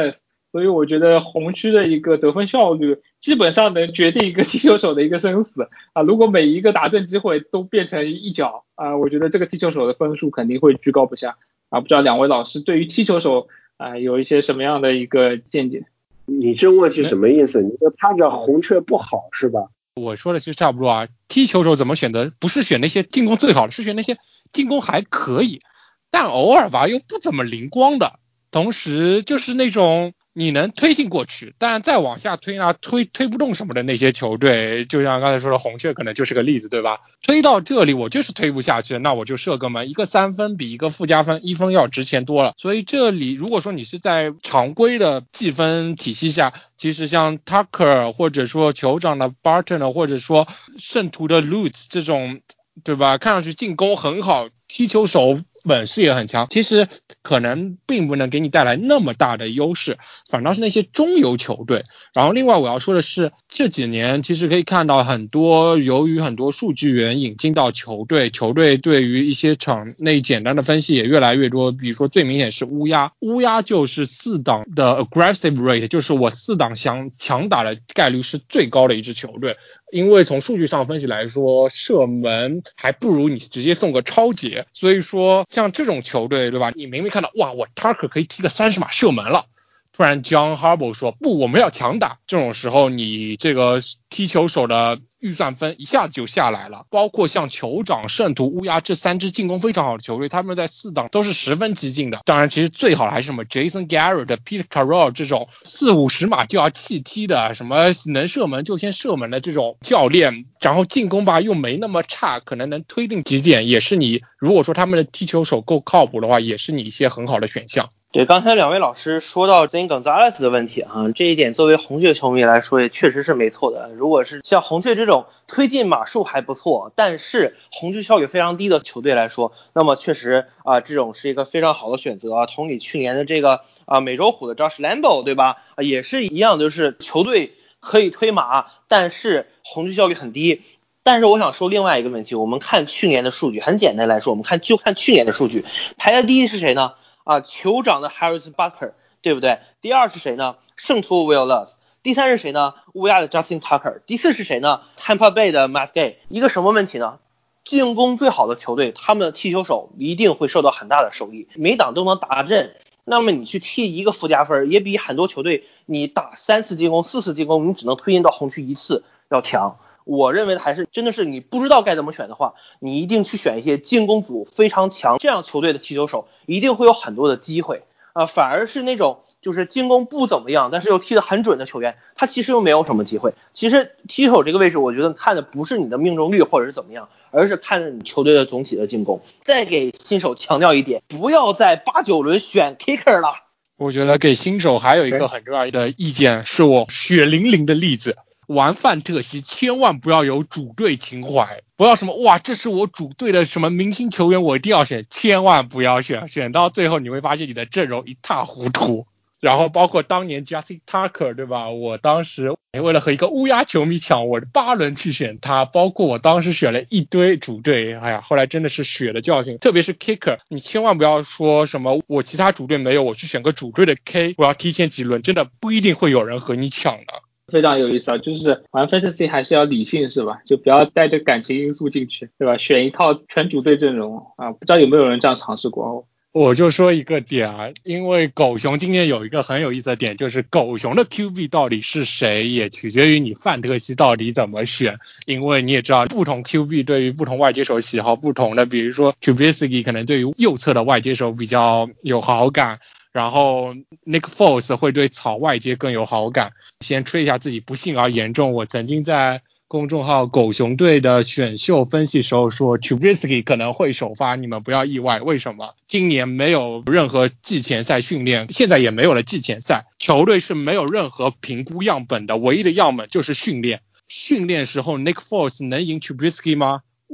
所以我觉得红区的一个得分效率基本上能决定一个踢球手的一个生死啊。如果每一个打正机会都变成一脚啊，我觉得这个踢球手的分数肯定会居高不下啊。不知道两位老师对于踢球手啊有一些什么样的一个见解？ 你这问题什么意思？你说他这红雀不好是吧？ 我说的其实差不多啊。踢球手怎么选择？不是选那些进攻最好的，是选那些进攻还可以，但偶尔吧又不怎么灵光的。同时就是那种你能推进过去，但再往下推呢，推不动什么的那些球队，就像刚才说的红雀可能就是个例子，对吧？推到这里我就是推不下去，那我就射个门，一个3分比一个附加分1分要值钱多了。所以这里如果说你是在常规的计分体系下，其实像 Tucker 或者说酋长的 Barton 或者说圣徒的 Lutz 这种，对吧？看上去进攻很好，踢球手本事也很强，其实可能并不能给你带来那么大的优势，反倒是那些中游球队。然后另外我要说的是，这几年其实可以看到很多由于很多数据源引进到球队对于一些场内简单的分析也越来越多。比如说最明显是乌鸦就是4档的 aggressive rate， 就是我4档强打的概率是最高的一支球队。因为从数据上分析来说，射门还不如你直接送个超节，所以说像这种球队，对吧？你明明看到哇，我 Tucker 可以踢个30码射门了，突然 John Harbaugh 说不，我们要强打，这种时候你这个踢球手的预算分一下子就下来了。包括像酋长、圣徒、乌鸦这3支进攻非常好的球队，他们在4档都是10分激进的。当然其实最好的还是什么 Jason Garrett、Pete Carroll 这种40-50码就要弃踢的，什么能射门就先射门的这种教练，然后进攻吧又没那么差，可能能推进几点，也是你如果说他们的踢球手够靠谱的话，也是你一些很好的选项。 对，刚才两位老师说到 Zane Gonzalez 的问题啊，这一点作为红雀球迷来说也确实是没错的。如果是像红雀这种推进码数还不错，但是红区效率非常低的球队来说，那么确实这种是一个非常好的选择啊。同理去年的这个美洲虎的 Josh Lambo， 对吧？也是一样，就是球队可以推码，但是红区效率很低。但是我想说另外一个问题，我们看去年的数据，很简单来说，我们看去年的数据，排在第一是谁呢？酋长的 Harris Butker， 对不对？第二是谁呢？圣徒 Will Lutz。第三是谁呢？乌鸦的 Justin Tucker。第四是谁呢？ Tampa Bay 的 Matt Gay。一个什么问题呢？进攻最好的球队，他们的踢球手一定会受到很大的收益，每档都能打阵。那么你去踢一个附加分，也比很多球队你打3次进攻、4次进攻，你只能推进到红区1次要强。我认为还是真的是你不知道该怎么选的话，你一定去选一些进攻组非常强，这样球队的踢球手一定会有很多的机会反而是那种就是进攻不怎么样但是又踢得很准的球员，他其实又没有什么机会。其实踢手这个位置我觉得看的不是你的命中率或者是怎么样，而是看着你球队的总体的进攻。再给新手强调一点，不要在8、9轮选 kicker 了。 我觉得给新手还有一个很重要的意见，是我血淋淋的例子。玩范特西千万不要有主队情怀，不要什么哇这是我主队的什么明星球员我一定要选，千万不要选到最后你会发现你的阵容一塌糊涂。然后包括当年 Justin Tucker 对吧，我当时为了和一个乌鸦球迷抢，我8轮去选他，包括我当时选了一堆主队，哎呀后来真的是血的教训。特别是 kicker， 你千万不要说什么我其他主队没有，我去选个主队的 K， 我要提前几轮，真的不一定会有人和你抢的。 非常有意思就是玩 Fantasy 还是要理性是吧？就不要带着感情因素进去，对吧？选一套全主队阵容不知道有没有人这样尝试过我就说一个点因为狗熊今年有一个很有意思的点，就是狗熊的 QB 到底是谁，也取决于你范特西到底怎么选。因为你也知道，不同 QB 对于不同外接手喜好不同的，比如说 Trubisky 可能对于右侧的外接手比较有好感，然后 Nick Foles 会对草外接更有好感。先吹一下自己不幸而言中，我曾经在公众号狗熊队的选秀分析时候说 Trubisky 可能会首发，你们不要意外。为什么？今年没有任何季前赛训练，现在也没有了季前赛，球队是没有任何评估样本的，唯一的样本就是训练。训练时候 Nick Foles 能赢 Trubisky 吗？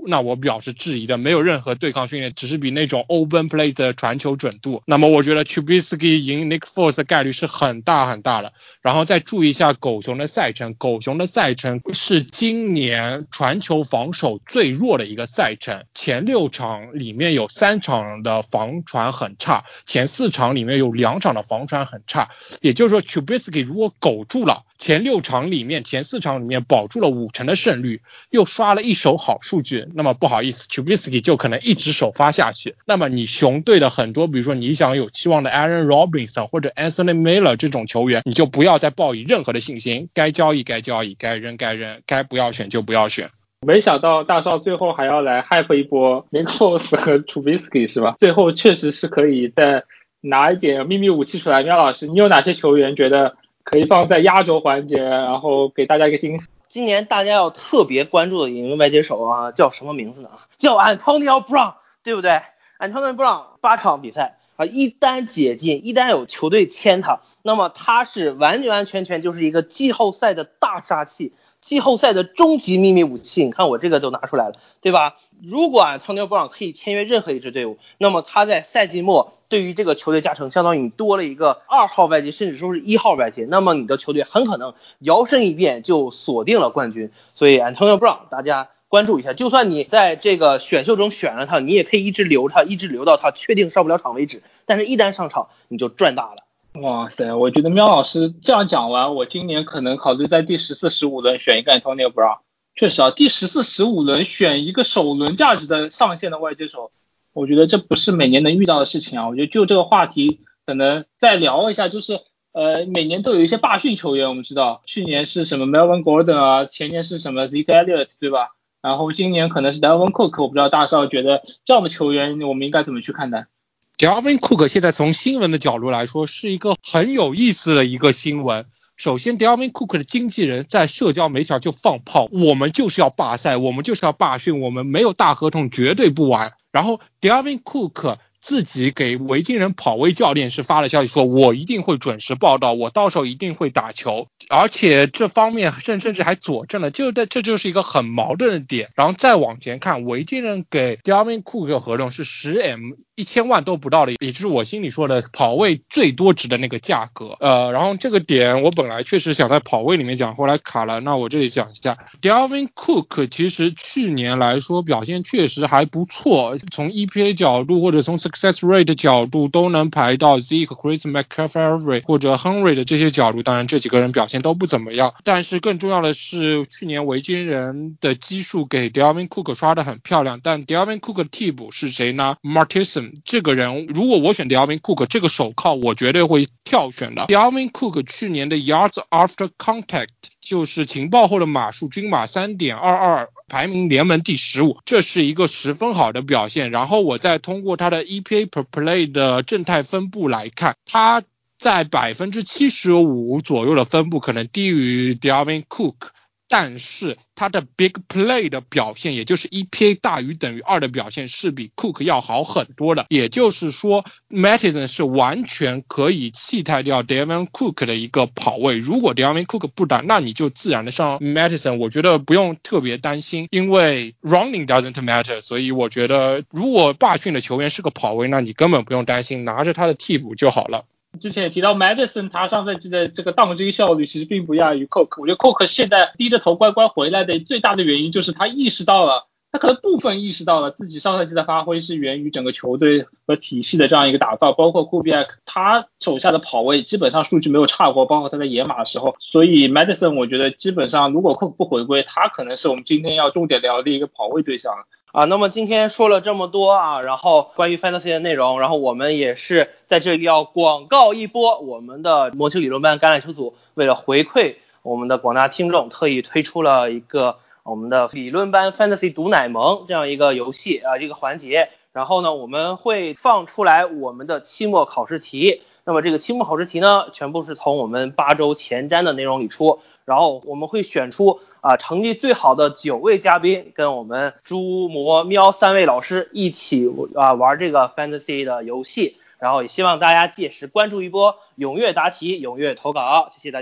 那我表示质疑的，没有任何对抗训练，只是比那种 open play 的传球准度。那么我觉得 Trubisky 赢 Nick Foles 的概率是很大很大的。然后再注意一下狗熊的赛程，狗熊的赛程是今年传球防守最弱的一个赛程，前6场里面有3场的防传很差，前4场里面有2场的防传很差，也就是说 Trubisky 如果苟住了前6场里面前4场里面保住了50%的胜率，又刷了一手好数据，那么不好意思 Trubisky 就可能一直首发下去。那么你熊队的很多比如说你想有期望的 Aaron Robinson 或者 Anthony Miller 这种球员，你就不要再抱以任何的信心，该交易该交易，该扔该扔，该不要选就不要选。 没想到大少最后还要来 hype 一波 Nick Foles 和 Trubisky 是吧？最后确实是可以再拿一点秘密武器出来。喵老师，你有哪些球员觉得可以放在压轴环节，然后给大家一个惊喜？ 今年大家要特别关注的一个外接手啊，叫什么名字呢？叫 Antonio Brown， 对不对？ Antonio Brown 8场比赛啊，一旦解禁，一旦有球队签他，那么他是完全就是一个季后赛的大杀器，季后赛的终极秘密武器。你看我这个都拿出来了，对吧？如果Antonio Brown 可以签约任何一支队伍，那么他在赛季末对于这个球队加成相当于你多了一个2号外接，甚至说是1号外接，那么你的球队很可能摇身一变就锁定了冠军。所以 Antonio Brown 大家关注一下，就算你在这个选秀中选了他，你也可以一直留他，一直留到他确定上不了场为止，但是一旦上场你就赚大了。 哇塞，我觉得喵老师这样讲完，我今年可能考虑在第14、15轮选一个 Antonio Brown。确实啊，第14、15轮选一个首轮价值的上限的外接手，我觉得这不是每年能遇到的事情啊。我觉得就这个话题可能再聊一下，就是每年都有一些罢训球员，我们知道去年是什么 Melvin Gordon 啊，前年是什么 Zeke Elliott 对吧？然后今年可能是 Dalvin Cook， 我不知道大少觉得这样的球员我们应该怎么去看待 ？Dalvin Cook 现在从新闻的角度来说是一个很有意思的一个新闻。首先 Dalvin Cook 的经纪人在社交媒体上就放炮，我们就是要罢赛，我们就是要罢训，我们没有大合同绝对不玩。然后 Dalvin Cook 自己给维京人跑位教练是发了消息说，我一定会准时报到，我到时候一定会打球，而且这方面甚至还佐证了，这就是一个很矛盾的点。然后再往前看，维京人给 Dalvin Cook 的合同是10M，1000万都不到的，也就是我心里说的跑位最多值的那个价格。然后这个点我本来确实想在跑位里面讲，后来卡了，那我这里讲一下 Dalvin Cook 其实去年来说表现确实还不错，从 EPA 角度或者从 success rate 角度都能排到 Zeke、Chris McCaffrey 或者 Henry 的这些角度，当然这几个人表现都不怎么样，但是更重要的是去年维京人的基数给 Dalvin Cook 刷得很漂亮，但 Dalvin Cook 的替补是谁呢？ Martinson 这个人，如果我选 Dalvin Cook 这个手铐我绝对会跳选的。Dalvin Cook 去年的 yards after contact 就是情报后的码数均码 3.22， 排名联盟第15，这是一个十分好的表现。然后我再通过他的 EPA per play 的正态分布来看，他在 75% 左右的分布可能低于 Dalvin Cook，但是他的 big play 的表现，也就是 EPA 大于等于2的表现是比 Cook 要好很多的。也就是说 Mattison 是完全可以弃汰掉 Dalvin Cook 的一个跑位，如果 Dalvin Cook 不打，那你就自然的上 Mattison， 我觉得不用特别担心，因为 running doesn't matter， 所以我觉得如果罢训的球员是个跑位，那你根本不用担心，拿着他的替补就好了。 之前也提到 Madison 他上赛季的这个当军效率其实并不亚于 Cook， 我觉得 Cook 现在低着头乖乖回来的最大的原因就是他意识到了，他可能部分意识到了自己上赛季的发挥是源于整个球队和体系的这样一个打造，包括 Kubiak 他手下的跑位基本上数据没有差过，包括他在野马的时候，所以 Madison 我觉得基本上如果 Cook 不回归，他可能是我们今天要重点聊的一个跑位对象了。 那么今天说了这么多啊，然后关于 Fantasy 的内容，然后我们也是在这里要广告一波，我们的魔球理论班橄榄球组为了回馈我们的广大听众，特意推出了一个我们的理论班 Fantasy 毒奶萌这样一个游戏这个环节。然后呢，我们会放出来我们的期末考试题，那么这个期末考试题呢，全部是从我们8周前瞻的内容里出，然后我们会选出成绩最好的9位嘉宾，跟我们猪魔喵3位老师一起玩这个 Fantasy 的游戏，然后也希望大家届时关注一波，踊跃答题，踊跃投稿，谢谢大家。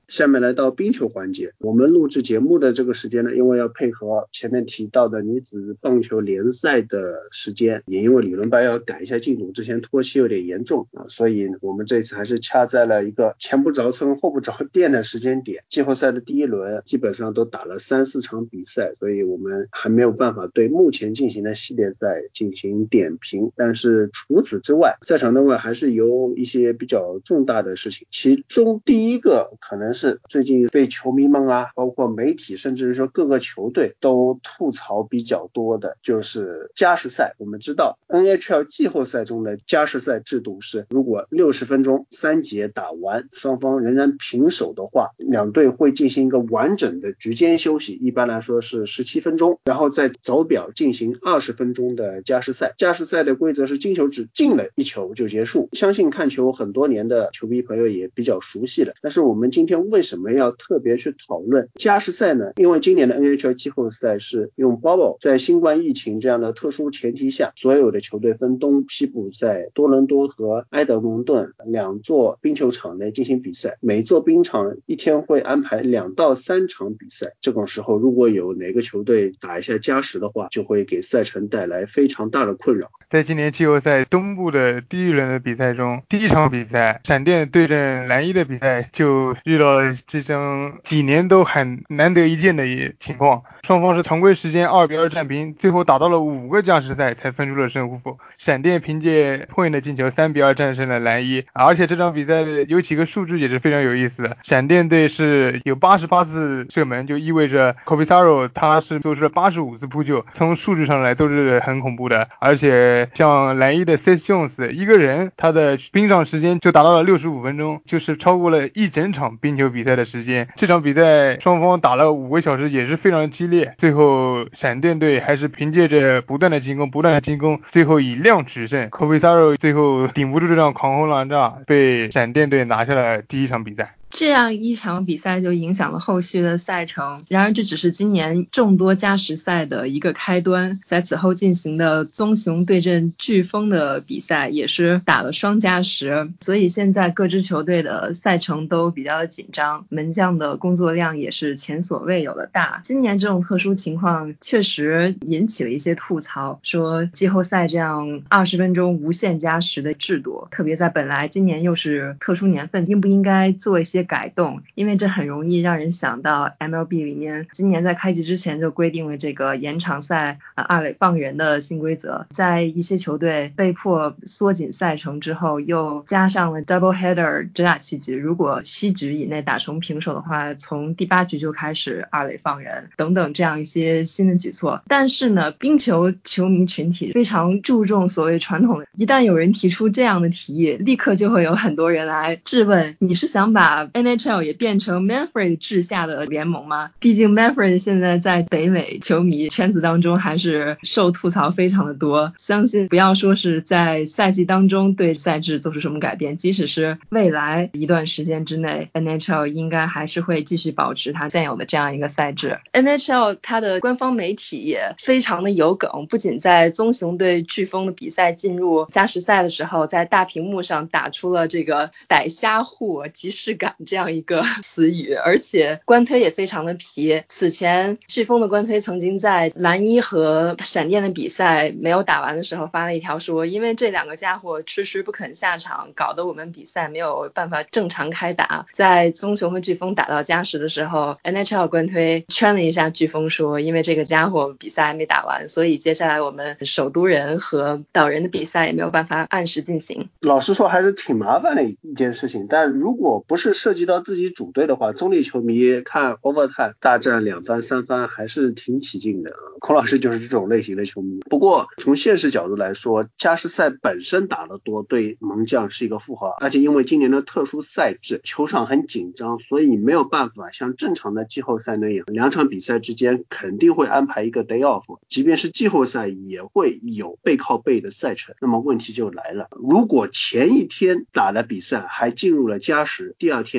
下面来到冰球环节，我们录制节目的这个时间呢，因为要配合前面提到的女子棒球联赛的时间，也因为理论班要改一下进度，之前拖期有点严重所以我们这次还是掐在了一个前不着村后不着店的时间点。季后赛的第一轮基本上都打了3-4场比赛，所以我们还没有办法对目前进行的系列赛进行点评，但是除此之外，赛场内外还是有一些比较重大的事情，其中第一个可能是最近被球迷们包括媒体甚至是说各个球队都吐槽比较多的，就是加时赛。我们知道 NHL 季后赛中的加时赛制度是，如果60分钟3节打完，双方仍然平手的话，两队会进行一个完整的局间休息，一般来说是17分钟，然后再走表进行20分钟的加时赛。加时赛的规则是进球只进了1球就结束，相信看球很多年的球迷朋友也比较熟悉了。但是我们今天为什么要特别去讨论加时赛呢？因为今年的 NHL 季后赛是用 Bubble， 在新冠疫情这样的特殊前提下，所有的球队分东西部在多伦多和埃德蒙顿2座冰球场内进行比赛，每座冰场一天会安排2到3场比赛。这种时候如果有哪个球队打一下加时的话，就会给赛程带来非常大的困扰。 在今年季后赛东部的第一轮的比赛中，第一场比赛闪电对阵蓝衣的比赛就遇到了这种几年都很难得一见的情况，双方是常规时间2-2战平，最后打到了5个加时赛才分出了胜负。闪电凭借point的进球3-2战胜了蓝衣，而且这场比赛有几个数据也是非常有意思的。闪电队是有88次射门，就意味着 Kopisaro 他是做出了85次扑救，从数据上来都是很恐怖的。而且像蓝衣的 Seth Jones 一个人他的冰上时间就达到了65分钟，就是超过了一整场冰球比赛的时间。这场比赛双方打了5个小时，也是非常激烈，最后闪电队还是凭借着不断的进攻，最后以量取胜。Kopisaro 最后顶不住这场狂轰滥炸，被闪电队拿下了第一场比赛。 这样一场比赛就影响了后续的赛程，然而这只是今年众多加时赛的一个开端。在此后进行的棕熊对阵飓风的比赛也是打了双加时，所以现在各支球队的赛程都比较紧张，门将的工作量也是前所未有的大。今年这种特殊情况确实引起了一些吐槽，说季后赛这样20分钟无限加时的制度，特别在本来今年又是特殊年份，应不应该做一些改动，因为这很容易让人想到 MLB 里面今年在开季之前就规定了这个延长赛二垒放人的新规则，在一些球队被迫缩紧赛程之后，又加上了 double header 只打7局，如果7局以内打成平手的话，从第8局就开始二垒放人等等这样一些新的举措。但是呢，冰球球迷群体非常注重所谓传统的，一旦有人提出这样的提议，立刻就会有很多人来质问，你是想把NHL 也变成 Manfred 治下的联盟吗？毕竟 Manfred 现在在北美球迷圈子当中还是受吐槽非常的多，相信不要说是在赛季当中对赛制做出什么改变，即使是未来一段时间之内 NHL 应该还是会继续保持它现有的这样一个赛制。 NHL 它的官方媒体也非常的有梗，不仅在棕熊对飓风的比赛进入加时赛的时候，在大屏幕上打出了这个逮瞎户即视感这样一个词语，而且官推也非常的皮。此前飓风的官推曾经在蓝衣和闪电的比赛没有打完的时候发了一条说，因为这2个家伙迟迟不肯下场，搞得我们比赛没有办法正常开打。在棕熊和飓风打到加时的时候， NHL 官推圈了一下飓风说，因为这个家伙比赛还没打完，所以接下来我们首都人和岛人的比赛也没有办法按时进行。 老实说还是挺麻烦的一件事情，但如果不是涉及到自己主队的话，中立球迷看 overtime 大战2番3番还是挺起劲的。孔老师就是这种类型的球迷。不过从现实角度来说，加时赛本身打得多对门将是一个负荷，而且因为今年的特殊赛制，球场很紧张，所以没有办法像正常的季后赛那样2场比赛之间肯定会安排一个 day off， 即便是季后赛也会有背靠背的赛程。那么问题就来了，如果前一天打的比赛还进入了加时，第二天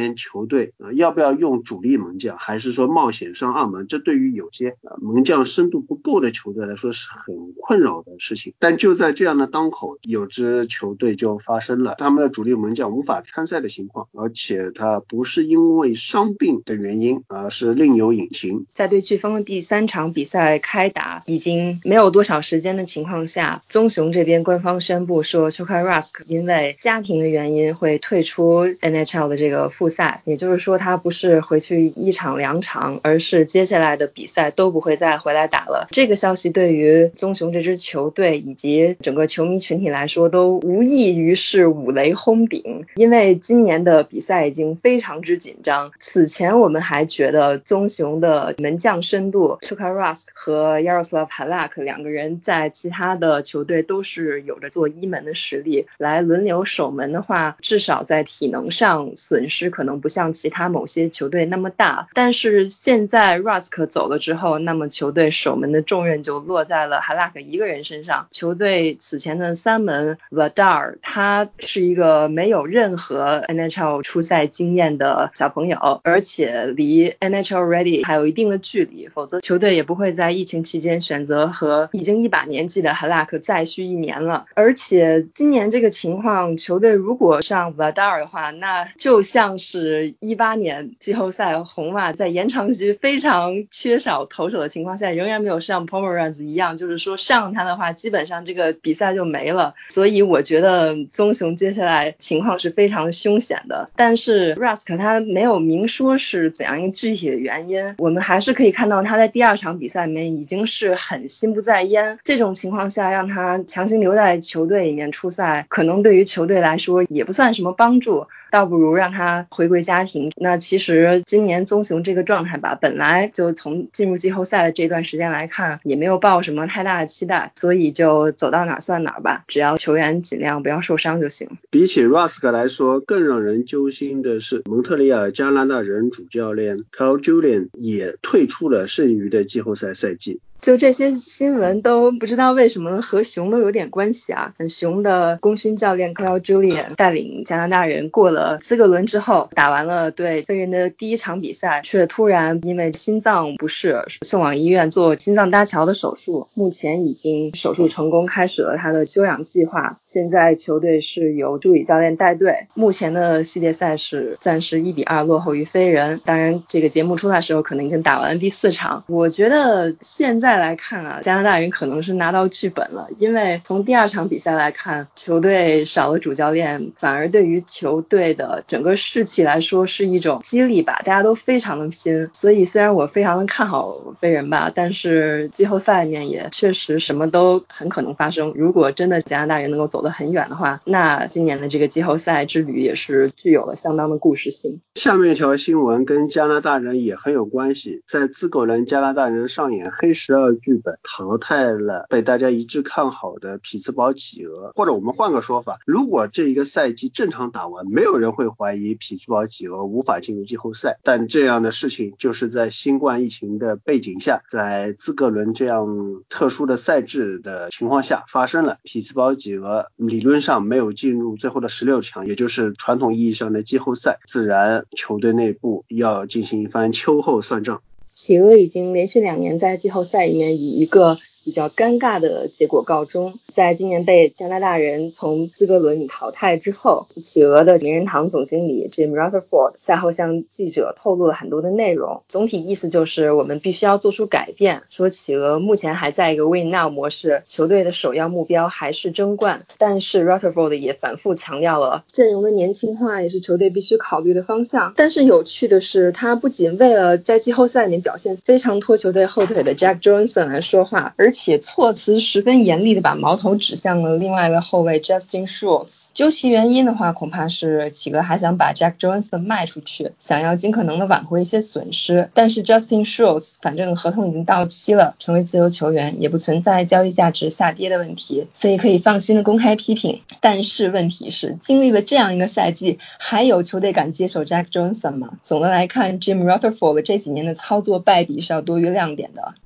年球队要不要用主力门将，还是说冒险上二门，这对于有些门将深度不够的球队来说是很困扰的事情。但就在这样的当口，有支球队就发生了他们的主力门将无法参赛的情况，而且他不是因为伤病的原因，而是另有隐情。 在对飓风的第3场比赛开打已经没有多少时间的情况下，棕熊这边官方宣布说 Tuukka Rask 因为家庭的原因会退出 NHL 的这个复赛，也就是说他不是回去1场2场，而是接下来的比赛都不会再回来打了。这个消息对于棕熊这支球队以及整个球迷群体来说都无异于是五雷轰顶，因为今年的比赛已经非常之紧张。此前我们还觉得棕熊的门将深度 Tuukka Rask 和 Jaroslav Halak 两个人在其他的球队都是有着做一门的实力，来轮流守门的话，至少在体能上损失可能不像其他某些球队那么大。但是现在 Rask 走了之后，那么球队守门的重任就落在了 Halak 一个人身上。球队此前的3门 Vladar 他是一个没有任何 NHL 出赛经验的小朋友，而且离 NHL Ready 还有一定的距离，否则球队也不会在疫情期间选择和已经一把年纪的 Halak 再续1年了。而且今年这个情况，球队如果上 Vladar 的话，那就像是18年季后赛红袜在延长局非常缺少投手的情况下仍然没有上 Pomeranz 一样，就是说上他的话基本上这个比赛就没了。所以我觉得棕熊接下来情况是非常凶险的，但是 Rask 他没有明说是怎样一个具体的原因，我们还是可以看到他在第2场比赛里面已经是很心不在焉，这种情况下让他强行留在球队里面出赛，可能对于球队来说也不算什么帮助，倒不如让他回归家庭。那其实今年棕熊这个状态吧，本来就从进入季后赛的这段时间来看也没有抱什么太大的期待，所以就走到哪算哪吧，只要球员尽量不要受伤就行。 比起 Rask 来说，更让人揪心的是蒙特利尔加拿大人主教练 Carl Julian 也退出了剩余的季后赛赛季。 就这些新闻都不知道为什么和熊都有点关系啊。熊的功勋教练 Carl Julian 带领加拿大人过了4个轮之后，打完了对飞人的第1场比赛，却突然因为心脏不适送往医院做心脏搭桥的手术，目前已经手术成功，开始了他的休养计划。现在球队是由助理教练带队，目前的系列赛是暂时1-2落后于飞人，当然这个节目出来的时候可能已经打完了第4场。我觉得现在来看啊，加拿大人可能是拿到剧本了，因为从第2场比赛来看，球队少了主教练，反而对于球队的整个士气来说是一种激励吧，大家都非常的拼。所以虽然我非常的看好飞人吧，但是季后赛里面也确实什么都很可能发生。如果真的加拿大人能够走得很远的话，那今年的这个季后赛之旅也是具有了相当的故事性。 下面一条新闻跟加拿大人也很有关系，在资格轮加拿大人上演黑12剧本，淘汰了被大家一致看好的匹兹堡企鹅。或者我们换个说法，如果这一个赛季正常打完，没有人会怀疑匹兹堡企鹅无法进入季后赛，但这样的事情就是在新冠疫情的背景下，在资格轮这样特殊的赛制的情况下发生了。匹兹堡企鹅理论上没有进入最后的16强，也就是传统意义上的季后赛，自然球队内部要进行一番秋后算账。 企鹅已经连续2年在季后赛里面以一个比较尴尬的结果告终。在今年被加拿大人从资格轮里淘汰之后，企鹅的名人堂总经理 Jim Rutherford 赛后向记者透露了很多的内容，总体意思就是我们必须要做出改变，说企鹅目前还在一个 win now 模式，球队的首要目标还是争冠。但是 Rutherford 也反复强调了阵容的年轻化也是球队必须考虑的方向。但是有趣的是，他不仅为了在季后赛里面表现非常拖球队后腿的 Jack Johnson 来说话，而且措辞十分严厉的把矛头指向了另外一位后卫 Justin Schultz。究其原因的话，恐怕是企鹅还想把 Jack Johnson 卖出去，想要尽可能的挽回一些损失。但是 Justin Schultz 反正合同已经到期了，成为自由球员也不存在交易价值下跌的问题，所以可以放心的公开批评。但是问题是，经历了这样一个赛季，还有球队敢接手 Jack Johnson 吗？总的来看， Jim Rutherford 这几年的操作败笔是要多于亮点的。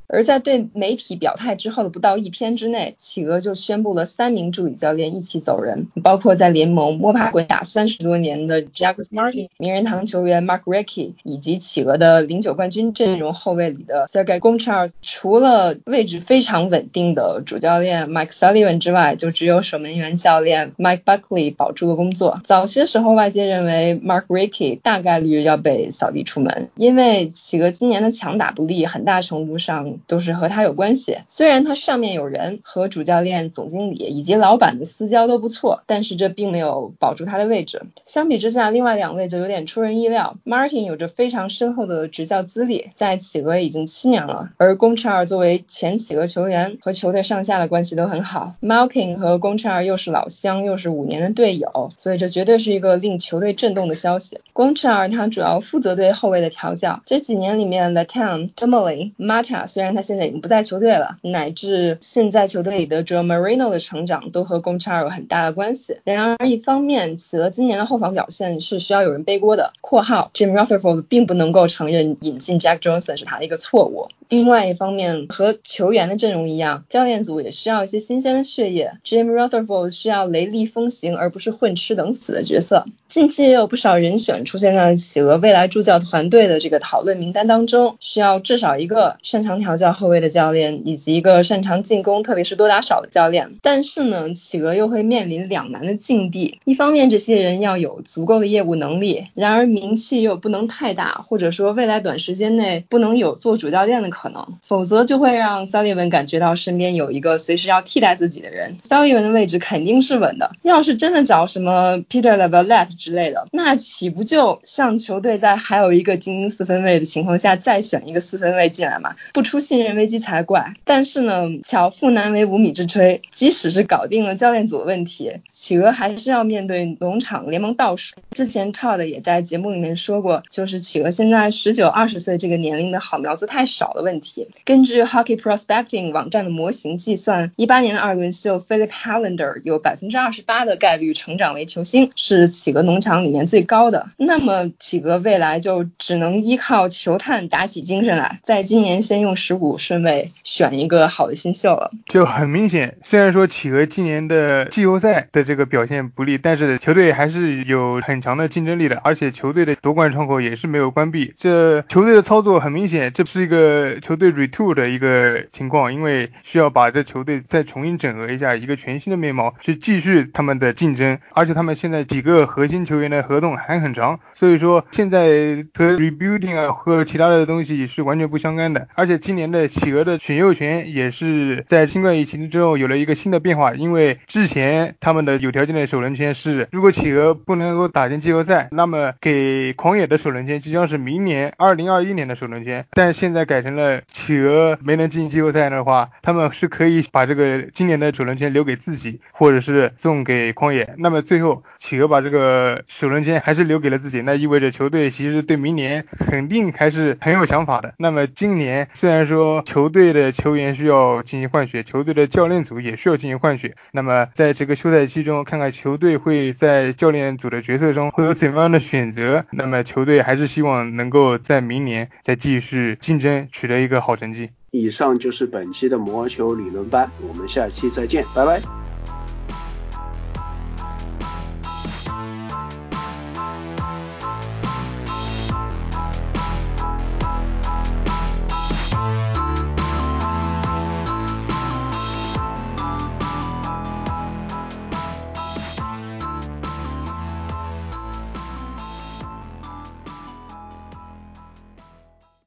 而在对媒体表态之后的不到1天之内，企鹅就宣布了3名助理教练一起走人，包括在联盟摸爬滚打30多年的 Jacques Martin、名人堂球员 Mark Recchi 以及企鹅的09冠军阵容后卫里的 Sergei Gonchar。除了位置非常稳定的主教练 Mike Sullivan 之外，就只有守门员教练 Mike Buckley 保住了工作。早些时候外界认为 Mark Recchi 大概率要被扫地出门，因为企鹅今年的强打不利很大程度上都是和他有关系。虽然他上面有人，和主教练、总经理以及老板的私交都不错，但是这并没有保住他的位置。相比之下，另外2位就有点出人意料。 Martin 有着非常深厚的执教资历，在企鹅已经7年了，而Gonchar作为前企鹅球员，和球队上下的关系都很好。Malkin 和Gonchar又是老乡，又是5年的队友，所以这绝对是一个令球队震动的消息。Gonchar 他主要负责对后卫的调教，这几年里面 Letang、Tomlin、Mata 虽然他现在已经不在球队了，乃至现在球队里的 Joe Marino 的成长都和 Gonchar 有很大的关系。然而一方面，企鹅今年的后防表现是需要有人背锅的，括号 Jim Rutherford 并不能够承认引进 Jack Johnson 是他的一个错误。另外一方面，和球员的阵容一样，教练组也需要一些新鲜的血液。Jim Rutherford 需要雷厉风行而不是混吃等死的角色。近期也有不少人选出现在企鹅未来助教团队的这个讨论名单当中，需要至少一个擅长调教后卫的教练，以及一个擅长进攻特别是多打少的教练。但是呢，企鹅又会面临2难的境地，一方面这些人要有足够的业务能力，然而名气又不能太大，或者说未来短时间内不能有做主教练的可能，否则就会让 Sullivan 感觉到身边有一个随时要替代自己的人。 Sullivan 的位置肯定是稳的，要是真的找什么 Peter Lavalette 之类的，那岂不就像球队在还有一个精英4分卫的情况下再选一个4分卫进来嘛？不出信任危机才怪。但是呢，巧妇难为无米之炊，即使是搞定了教练组的问题，企鹅还是要面对农场联盟倒数。之前 Todd 也在节目里面说过，就是企鹅现在19、20岁这个年龄的好苗子太少的问题。根据 Hockey Prospecting 网站的模型计算，18年的2轮秀 Philip Hallander 有 28% 的概率成长为球星，是企鹅农场里面最高的。那么企鹅未来就只能依靠球探打起精神来，在今年先用15顺位选一个好的新秀了。 就很明显，虽然说企鹅今年的季后赛的这个表现不利，但是球队还是有很强的竞争力的，而且球队的夺冠窗口也是没有关闭。这球队的操作很明显，这是一个球队 retool 的一个情况，因为需要把这球队再重新整合一下，一个全新的面貌去继续他们的竞争。而且他们现在几个核心球员的合同还很长，所以说现在和 rebuilding 啊和其他的东西是完全不相干的。而且今年的企鹅的选秀权也是在新冠疫情之后有了一个新的变化，因为之前他们的有条件的首轮签是，如果企鹅不能够打进季后赛，那么给狂野的首轮签就将是明年2021年的首轮签，但现在改成了企鹅没能进季后赛的话，他们是可以把这个今年的首轮签留给自己，或者是送给狂野。那么最后企鹅把这个首轮签还是留给了自己，那意味着球队其实对明年肯定还是很有想法的。那么今年虽然说球队的球员需要进行换血，球队的教练组也需要进行换血，那么在这个休赛期中看看球队会在教练组的角色中会有怎么样的选择，那么球队还是希望能够在明年再继续竞争，取得一个好成绩。 以上就是本期的魔球理论班，我们下期再见，拜拜。